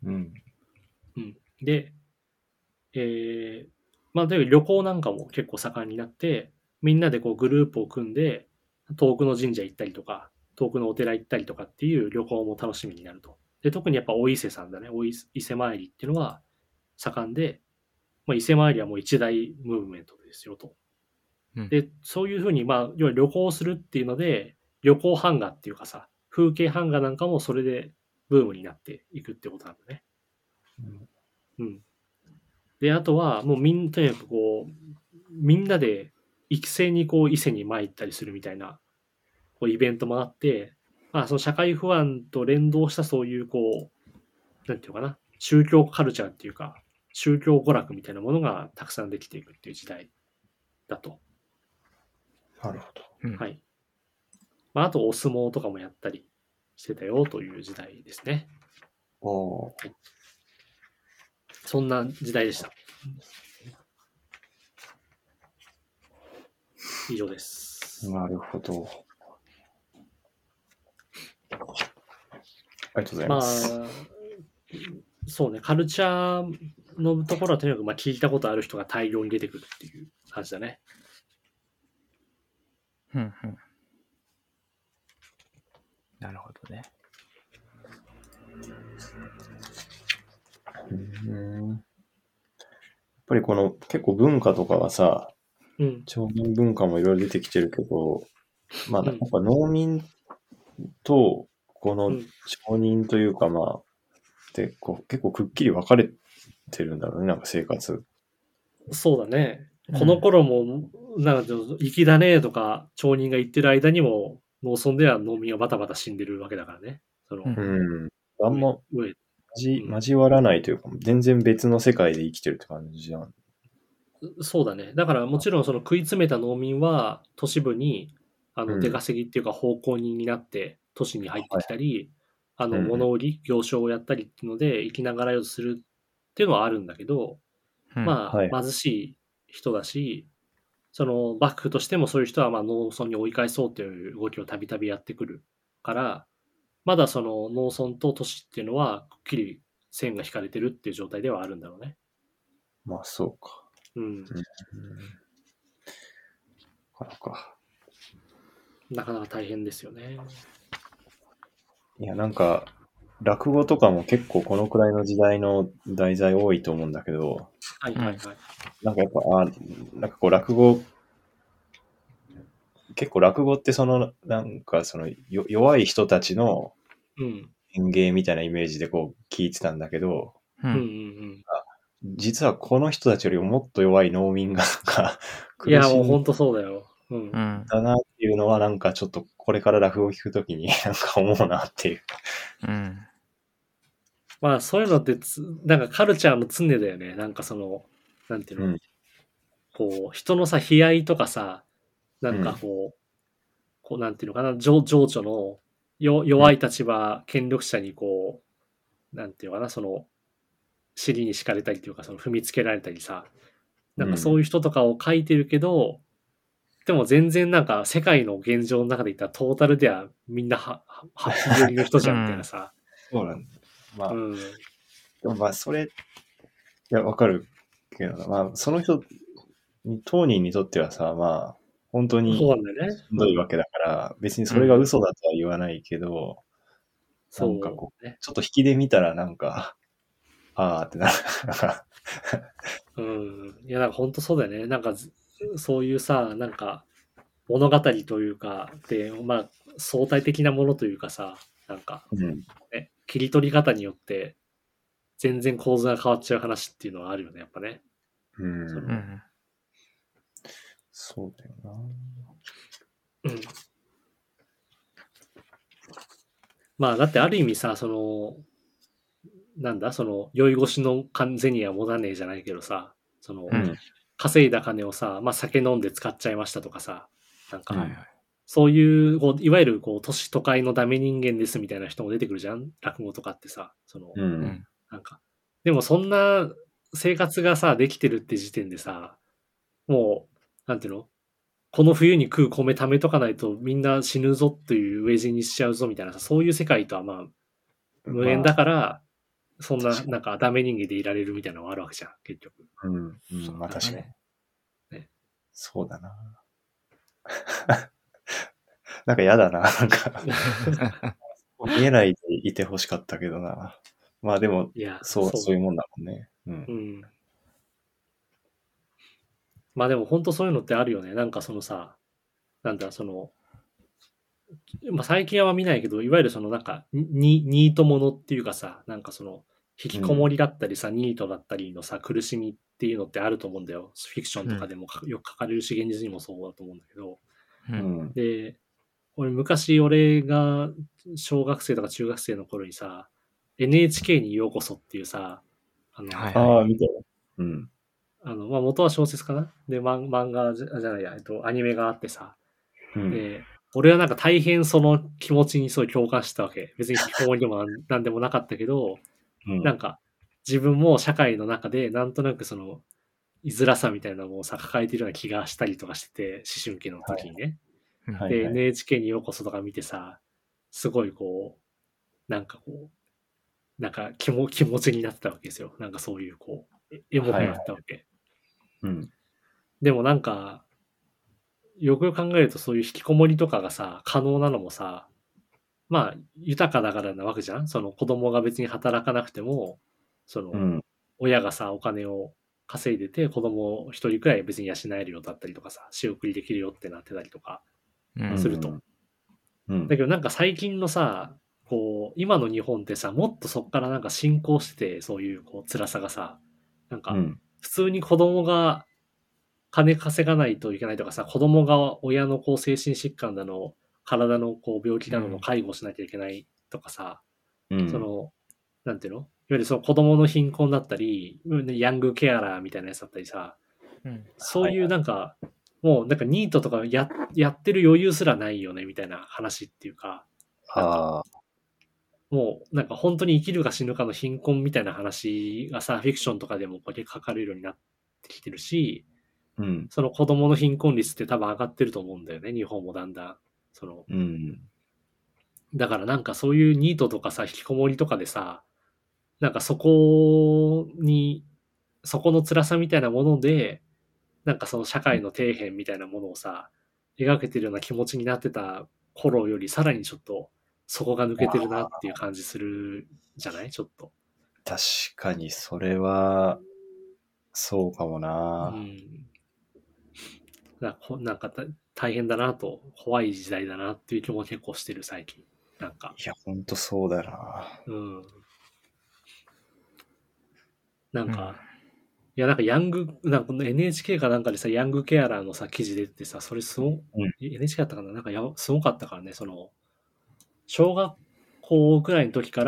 Speaker 2: で、まあ、例えば旅行なんかも結構盛んになって、みんなでこうグループを組んで、遠くの神社行ったりとか、遠くのお寺行ったりとかっていう旅行も楽しみになると。で、特にやっぱお伊勢さんだね。伊勢参りっていうのは盛んで、まあ、伊勢参りはもう一大ムーブメントですよと。で、そういうふうに、まあ、要は旅行するっていうので、旅行版画っていうかさ、風景版画なんかもそれでブームになっていくってことなんだね。で、あとは、もうとにかくこう、みんなで育成にこう、伊勢に参ったりするみたいな、こう、イベントもあって、まあ、その社会不安と連動したそういう、こう、なんていうのかな、宗教カルチャーっていうか、宗教娯楽みたいなものがたくさんできていくっていう時代だと。
Speaker 1: なるほど。
Speaker 2: はい。まあ、あと、お相撲とかもやったりしてたよという時代ですね。はい、そんな時代でした。以上です。
Speaker 1: なるほど。ありがとうございます。
Speaker 2: まあ、そうね、カルチャーのところはとにかくまあ聞いたことある人が大量に出てくるっていう感じだね。
Speaker 3: なるほどね。
Speaker 1: やっぱりこの結構文化とかはさ、町民文化もいろいろ出てきてるけど、まあやっぱ農民とこの町人というかまあ、でこう結構くっきり分かれてるんだろうね、なんか生活。
Speaker 2: そうだね。この頃も、なんか粋だねとか町人が言ってる間にも農村では農民はバタバタ死んでるわけだからね。
Speaker 1: あんま交わらないというか、全然別の世界で生きてるって感じじゃん。
Speaker 2: そうだね。だからもちろんその食い詰めた農民は都市部に出稼ぎっていうか奉公人になって都市に入ってきたり、物売り、行商をやったりっていうので生きながらよするっていうのはあるんだけど、まあ貧しい人だし、その幕府としてもそういう人はまあ農村に追い返そうという動きをたびたびやってくるから、まだその農村と都市っていうのは、くっきり線が引かれてるっていう状態ではあるんだろうね。
Speaker 1: まあ、そうか。
Speaker 2: うん。
Speaker 1: うん。か。
Speaker 2: なかなか大変ですよね。
Speaker 1: いや、なんか、落語とかも結構このくらいの時代の題材多いと思うんだけど、
Speaker 2: はいはいはい。
Speaker 1: なんかやっぱ、なんかこう落語、結構落語ってその、なんかその弱い人たちの演芸みたいなイメージでこう聞いてたんだけど、実はこの人たちよりももっと弱い農民が
Speaker 2: いや、もう本当そうだよ。
Speaker 1: だなっていうのはなんかちょっとこれから落語を聞くときになんか思うなっていう。
Speaker 2: まあそういうのってなんかカルチャーの常だよね。なんかその、なんていうの、こう、人のさ、悲哀とかさ、なんかこう、なんていうのかな、情緒の弱い立場、権力者にこう、なんていうのかな、その、尻に敷かれたりというか、その踏みつけられたりさ、なんかそういう人とかを書いてるけど、でも全然なんか世界の現状の中で言ったらトータルではみんなハッピー寄りの人じゃんみたいなさ。
Speaker 1: そうなんだ。まあ、でもまあそれ、いや、わかるけど、まあその人、当人にとってはさ、まあ、本当にしんどいわけだから、別にそれが嘘だとは言わないけど、なんかこう、ちょっと引きで見たらなんか、あーってなる。
Speaker 2: いや、なんか本当そうだよね。なんか、そういうさ、なんか、物語というか、で、まあ、相対的なものというかさ、なんか、切り取り方によって、全然構図が変わっちゃう話っていうのはあるよね、やっぱね。
Speaker 1: そうだよな。
Speaker 2: まあ、だってある意味さ、その、なんだ、その、酔い越しの完全には持たねえじゃないけどさ、その、稼いだ金をさ、まあ酒飲んで使っちゃいましたとかさ、なんか、そういう、こういわゆるこう、都会のダメ人間ですみたいな人も出てくるじゃん、落語とかってさ、その、なんか、でもそんな生活がさ、できてるって時点でさ、もう、なんていうの、この冬に食う米貯めとかないとみんな死ぬぞっていう飢え死にしちゃうぞみたいなさ、そういう世界とはまあ、無縁だから、そんな、なんかダメ人間でいられるみたいなのがあるわけじゃん、結局。
Speaker 1: まあ確かに。ね、そうだな。なんか嫌だな、なんか。見えないでいてほしかったけどな。まあでも、そういうもんだもんね。
Speaker 2: まあでも本当そういうのってあるよね。なんかそのさ、なんだ、その、まあ最近は見ないけど、いわゆるそのなんか、ニートものっていうかさ、なんかその、引きこもりだったりさ、ニートだったりのさ、苦しみっていうのってあると思うんだよ。フィクションとかでもよく書かれるし、現実にもそうだと思うんだけど。で、俺が小学生とか中学生の頃にさ、NHK にようこそっていうさ、
Speaker 1: 見てよ。
Speaker 2: まあ元は小説かなで、漫画じゃないや、アニメがあってさ、で、俺はなんか大変その気持ちにすごい共感したわけ。別に引きこもりでもなんでもなかったけど、なんか自分も社会の中でなんとなくその居づらさみたいなのをさ抱えてるような気がしたりとかしてて、思春期の時にね。で、NHK にようこそとか見てさ、すごいこう、なんかこう、なんか気持ちになってたわけですよ。なんかそういうこう、エモくなったわけ。でもなんか、よくよく考えるとそういう引きこもりとかがさ、可能なのもさ、まあ、豊かだからなわけじゃん。その子供が別に働かなくても、その、親がさ、お金を稼いでて、子供を一人くらい別に養えるようだったりとかさ、仕送りできるよってなってたりとか、すると。だけどなんか最近のさ、こう、今の日本ってさ、もっとそっからなんか進行してて、そういうこう辛さがさ、なんか、普通に子供が金稼がないといけないとかさ、子供が親のこう精神疾患だの、体のこう病気などの介護しなきゃいけないとかさ、その、なんていうのいわゆるその子供の貧困だったり、ヤングケアラーみたいなやつだったりさ、そういうなんか、もうなんかニートとかやってる余裕すらないよねみたいな話っていうか、なんかもうなんか本当に生きるか死ぬかの貧困みたいな話がさ、フィクションとかでもこれ書かれるようになってきてるし、その子供の貧困率って多分上がってると思うんだよね、日本もだんだん。その、 だからなんかそういうニートとかさ、引きこもりとかでさ、なんかそこの辛さみたいなもので、なんかその社会の底辺みたいなものをさ、描けてるような気持ちになってた頃よりさらにちょっとそこが抜けてるなっていう感じするじゃないちょっと。
Speaker 1: 確かにそれは、そうかもな。
Speaker 2: なんか大変だなと、怖い時代だなっていう気も結構してる最近。なんか。
Speaker 1: いや、ほんとそうだな。
Speaker 2: なんか、いや、なんかなんか NHK かなんかでさ、ヤングケアラーのさ、記事出てさ、それNHK だったかななんかすごかったからね、小学校くらいの時から、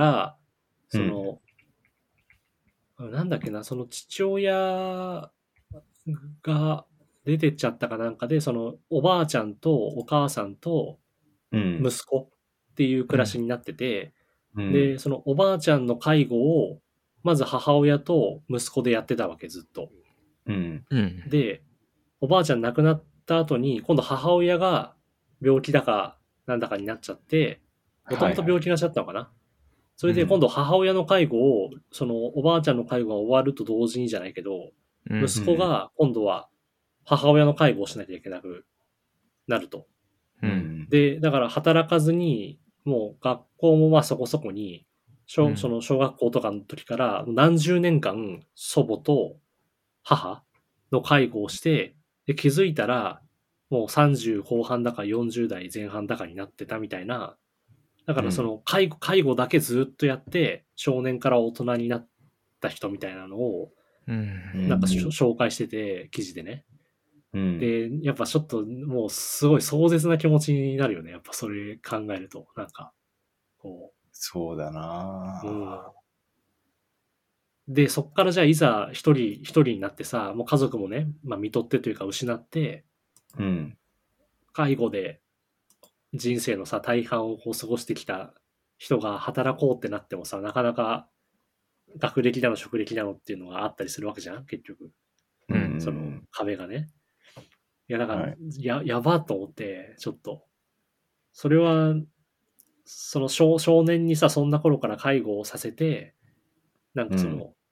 Speaker 2: なんだっけな、その父親が出てっちゃったかなんかで、おばあちゃんとお母さんと息子っていう暮らしになってて、で、そのおばあちゃんの介護を、まず母親と息子でやってたわけ、ずっと。で、おばあちゃん亡くなった後に、今度母親が病気だかなんだかになっちゃって、もともと病気がしちゃったのかな、それで今度母親の介護を、おばあちゃんの介護が終わると同時にじゃないけど、息子が今度は母親の介護をしなきゃいけなくなると。で、だから働かずに、もう学校もまあそこそこに、その小学校とかの時から何十年間祖母と母の介護をして、で気づいたらもう30後半だか40代前半だかになってたみたいな、だからその介護だけずっとやって、少年から大人になった人みたいなのを、なんか紹介してて、記事でね。で、やっぱちょっともうすごい壮絶な気持ちになるよね。やっぱそれ考えると、なんか、こう。
Speaker 1: そうだな。
Speaker 2: で、そっからじゃあいざ一人になってさ、もう家族もね、まあ見とってというか失って、介護で人生のさ、大半をこう過ごしてきた人が働こうってなってもさ、なかなか学歴だの職歴だのっていうのがあったりするわけじゃん結局。その壁がね。いや、だから、やばと思って、ちょっと。それは、その少年にさ、そんな頃から介護をさせて、なんか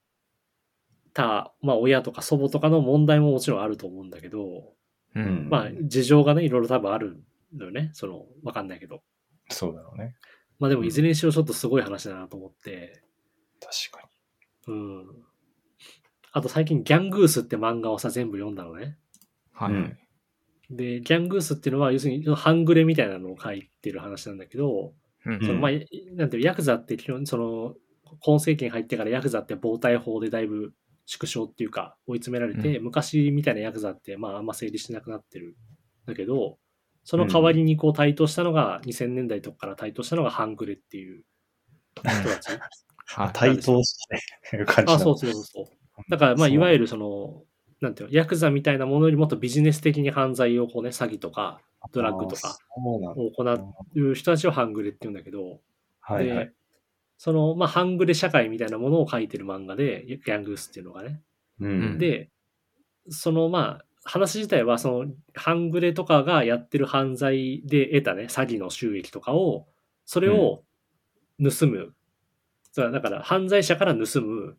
Speaker 2: まあ親とか祖母とかの問題ももちろんあると思うんだけど、まあ事情がね、いろいろ多分あるのよね。わかんないけど。
Speaker 1: そうだろうね。
Speaker 2: まあでもいずれにしろちょっとすごい話だなと思って。
Speaker 1: 確かに。
Speaker 2: あと最近ギャングースって漫画をさ、全部読んだのね。で、ギャングースっていうのは、要するに半グレみたいなのを書いてる話なんだけど、まあ、なんていうヤクザって基本、今世紀に入ってからヤクザって暴対法でだいぶ縮小っていうか追い詰められて、昔みたいなヤクザってまああんま成立しなくなってるんだけど、その代わりにこう台頭したのが、2000年代とかから台頭したのが半グレっていう人たち。
Speaker 1: 台頭してる感じ。
Speaker 2: そう。だからまあいわゆるなんていうの、ヤクザみたいなものよりもっとビジネス的に犯罪をこうね、詐欺とかドラッグとかを行う人たちを半グレって言うんだけど、で、まあ半グレ社会みたいなものを書いてる漫画で、ギャングースっていうのがね。で、まあ、話自体は半グレとかがやってる犯罪で得たね、詐欺の収益とかを、それを盗む。だから犯罪者から盗む、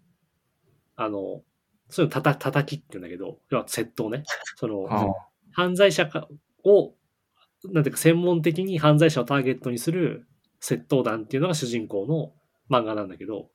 Speaker 2: そういうの叩きって言うんだけど、要は窃盗ね。犯罪者を、なんていうか専門的に犯罪者をターゲットにする窃盗団っていうのが主人公の漫画なんだけど。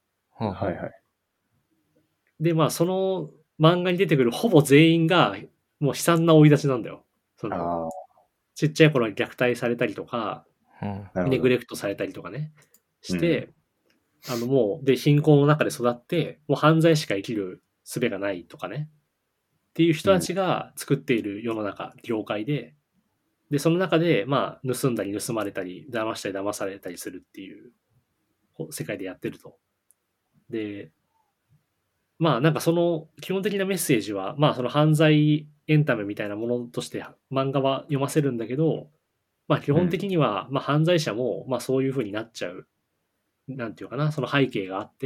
Speaker 2: で、まあその漫画に出てくるほぼ全員がもう悲惨な生い立ちなんだよ。ちっちゃい頃に虐待されたりとか、ネグレクトされたりとかね、して、もう、で、貧困の中で育って、もう犯罪しか生きる術がないとかね。っていう人たちが作っている世の中、業界で、で、その中で、まあ、盗んだり盗まれたり、騙したり騙されたりするっていう世界でやってると。で、まあ、なんか基本的なメッセージは、まあ、犯罪エンタメみたいなものとして漫画は読ませるんだけど、まあ、基本的には、まあ、犯罪者も、まあ、そういう風になっちゃう。なんていうかな、その背景があって、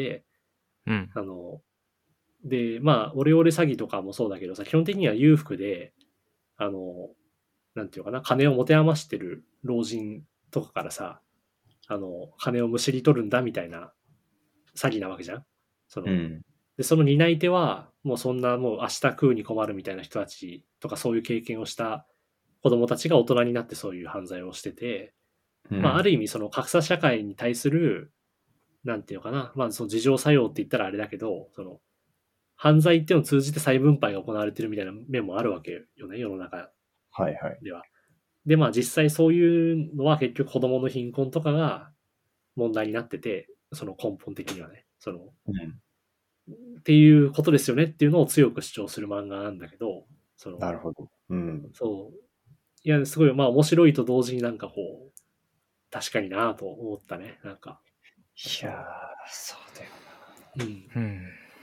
Speaker 2: で、まあ、オレオレ詐欺とかもそうだけどさ、基本的には裕福で、なんていうかな、金を持て余してる老人とかからさ、 金をむしり取るんだみたいな詐欺なわけじゃん。
Speaker 1: うん。
Speaker 2: で、その担い手は、もうそんなもう明日食うに困るみたいな人たちとかそういう経験をした子供たちが大人になってそういう犯罪をしてて、まあある意味その格差社会に対する、なんていうのかな、まあその自浄作用って言ったらあれだけど、その犯罪っていうのを通じて再分配が行われてるみたいな面もあるわけよね、世の中
Speaker 1: はいはい。
Speaker 2: では。で、まあ実際そういうのは結局子供の貧困とかが問題になってて、その根本的にはね、っていうことですよねっていうのを強く主張する漫画なんだけど、
Speaker 1: なるほど。うん。
Speaker 2: そう。いや、すごい、まあ面白いと同時になんかこう、確かになぁと思ったね、なんか。
Speaker 1: いやー、そうだよ
Speaker 2: な。うん。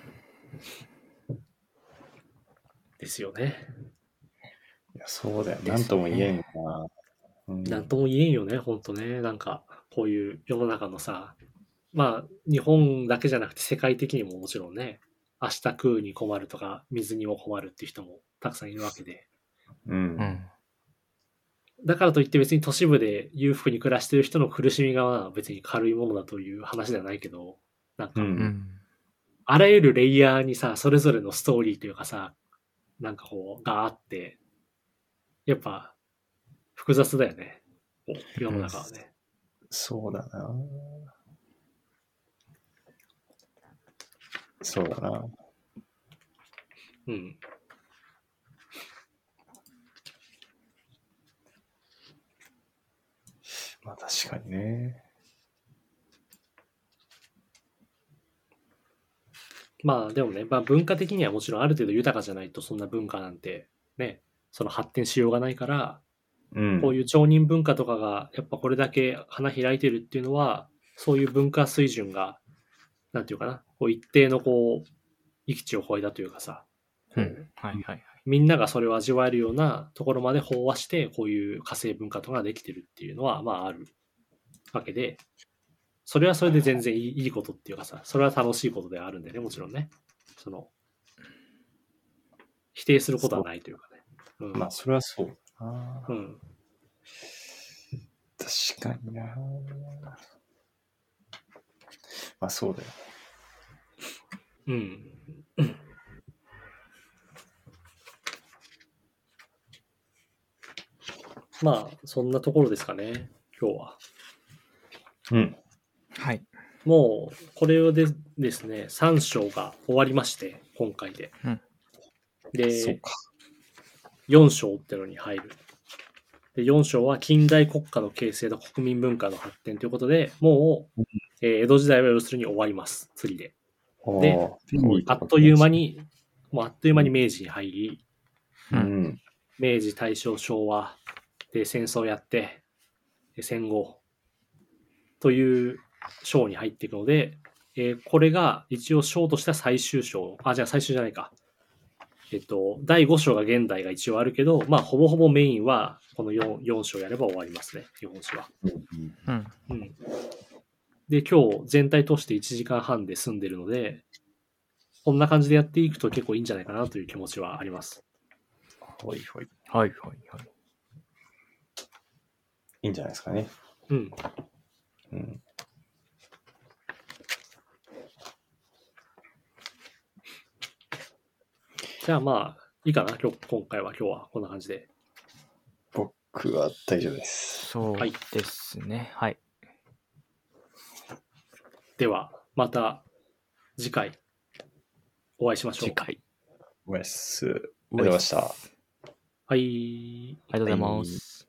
Speaker 2: ですよね。
Speaker 1: いや、そうだよ。なんとも言えんよな。
Speaker 2: なんとも言えんよね、ほんとね。なんか、こういう世の中のさ、まあ、日本だけじゃなくて世界的にももちろんね、明日食うに困るとか、水にも困るっていう人もたくさんいるわけで。
Speaker 1: うん。
Speaker 2: だからといって別に都市部で裕福に暮らしてる人の苦しみが別に軽いものだという話ではないけど、なんか、あらゆるレイヤーにさ、それぞれのストーリーというかさ、なんかこう、があって、やっぱ、複雑だよね。世の中はね。
Speaker 1: そうだな。そうだな。
Speaker 2: うん。
Speaker 1: まあ確かにね。
Speaker 2: まあでもね、まあ文化的にはもちろんある程度豊かじゃないとそんな文化なんてね、その発展しようがないから、こういう町人文化とかがやっぱこれだけ花開いてるっていうのは、そういう文化水準が、なんていうかな、こう一定のこう、域地を超えたというかさ、みんながそれを味わえるようなところまで飽和して、こういう火星文化とかができてるっていうのは、まああるわけで、それはそれで全然いいことっていうかさ、それは楽しいことではあるんでね、もちろんね。否定することはないというかね。
Speaker 1: まあ、それはそうだな。確かにな。まあ、そうだよ。
Speaker 2: うん。まあ、そんなところですかね、今日は。
Speaker 1: うん。
Speaker 3: はい。
Speaker 2: もう、これでですね、3章が終わりまして、今回で。で、4章ってのに入る。で、4章は近代国家の形成と国民文化の発展ということで、もう、江戸時代は要するに終わります、次で。で、あっという間に明治に入り、明治、大正、昭和で戦争やって、戦後という章に入っていくので、これが一応章としては最終章。じゃあ最終じゃないか。第5章が現代が一応あるけど、まあ、ほぼほぼメインはこの 4章やれば終わりますね、日本史は。で、今日全体通して1時間半で済んでるので、こんな感じでやっていくと結構いいんじゃないかなという気持ちはあります。
Speaker 1: はい。いいんじゃないですかね。
Speaker 2: うん。じゃあまあ、いいかな、今日はこんな感じで。
Speaker 1: 僕は大丈夫です。
Speaker 3: そうですね。はい。
Speaker 2: では、また次回お会いしましょう。
Speaker 3: 次回。
Speaker 1: ありがとうございました。
Speaker 2: はい。
Speaker 3: ありがとうございます。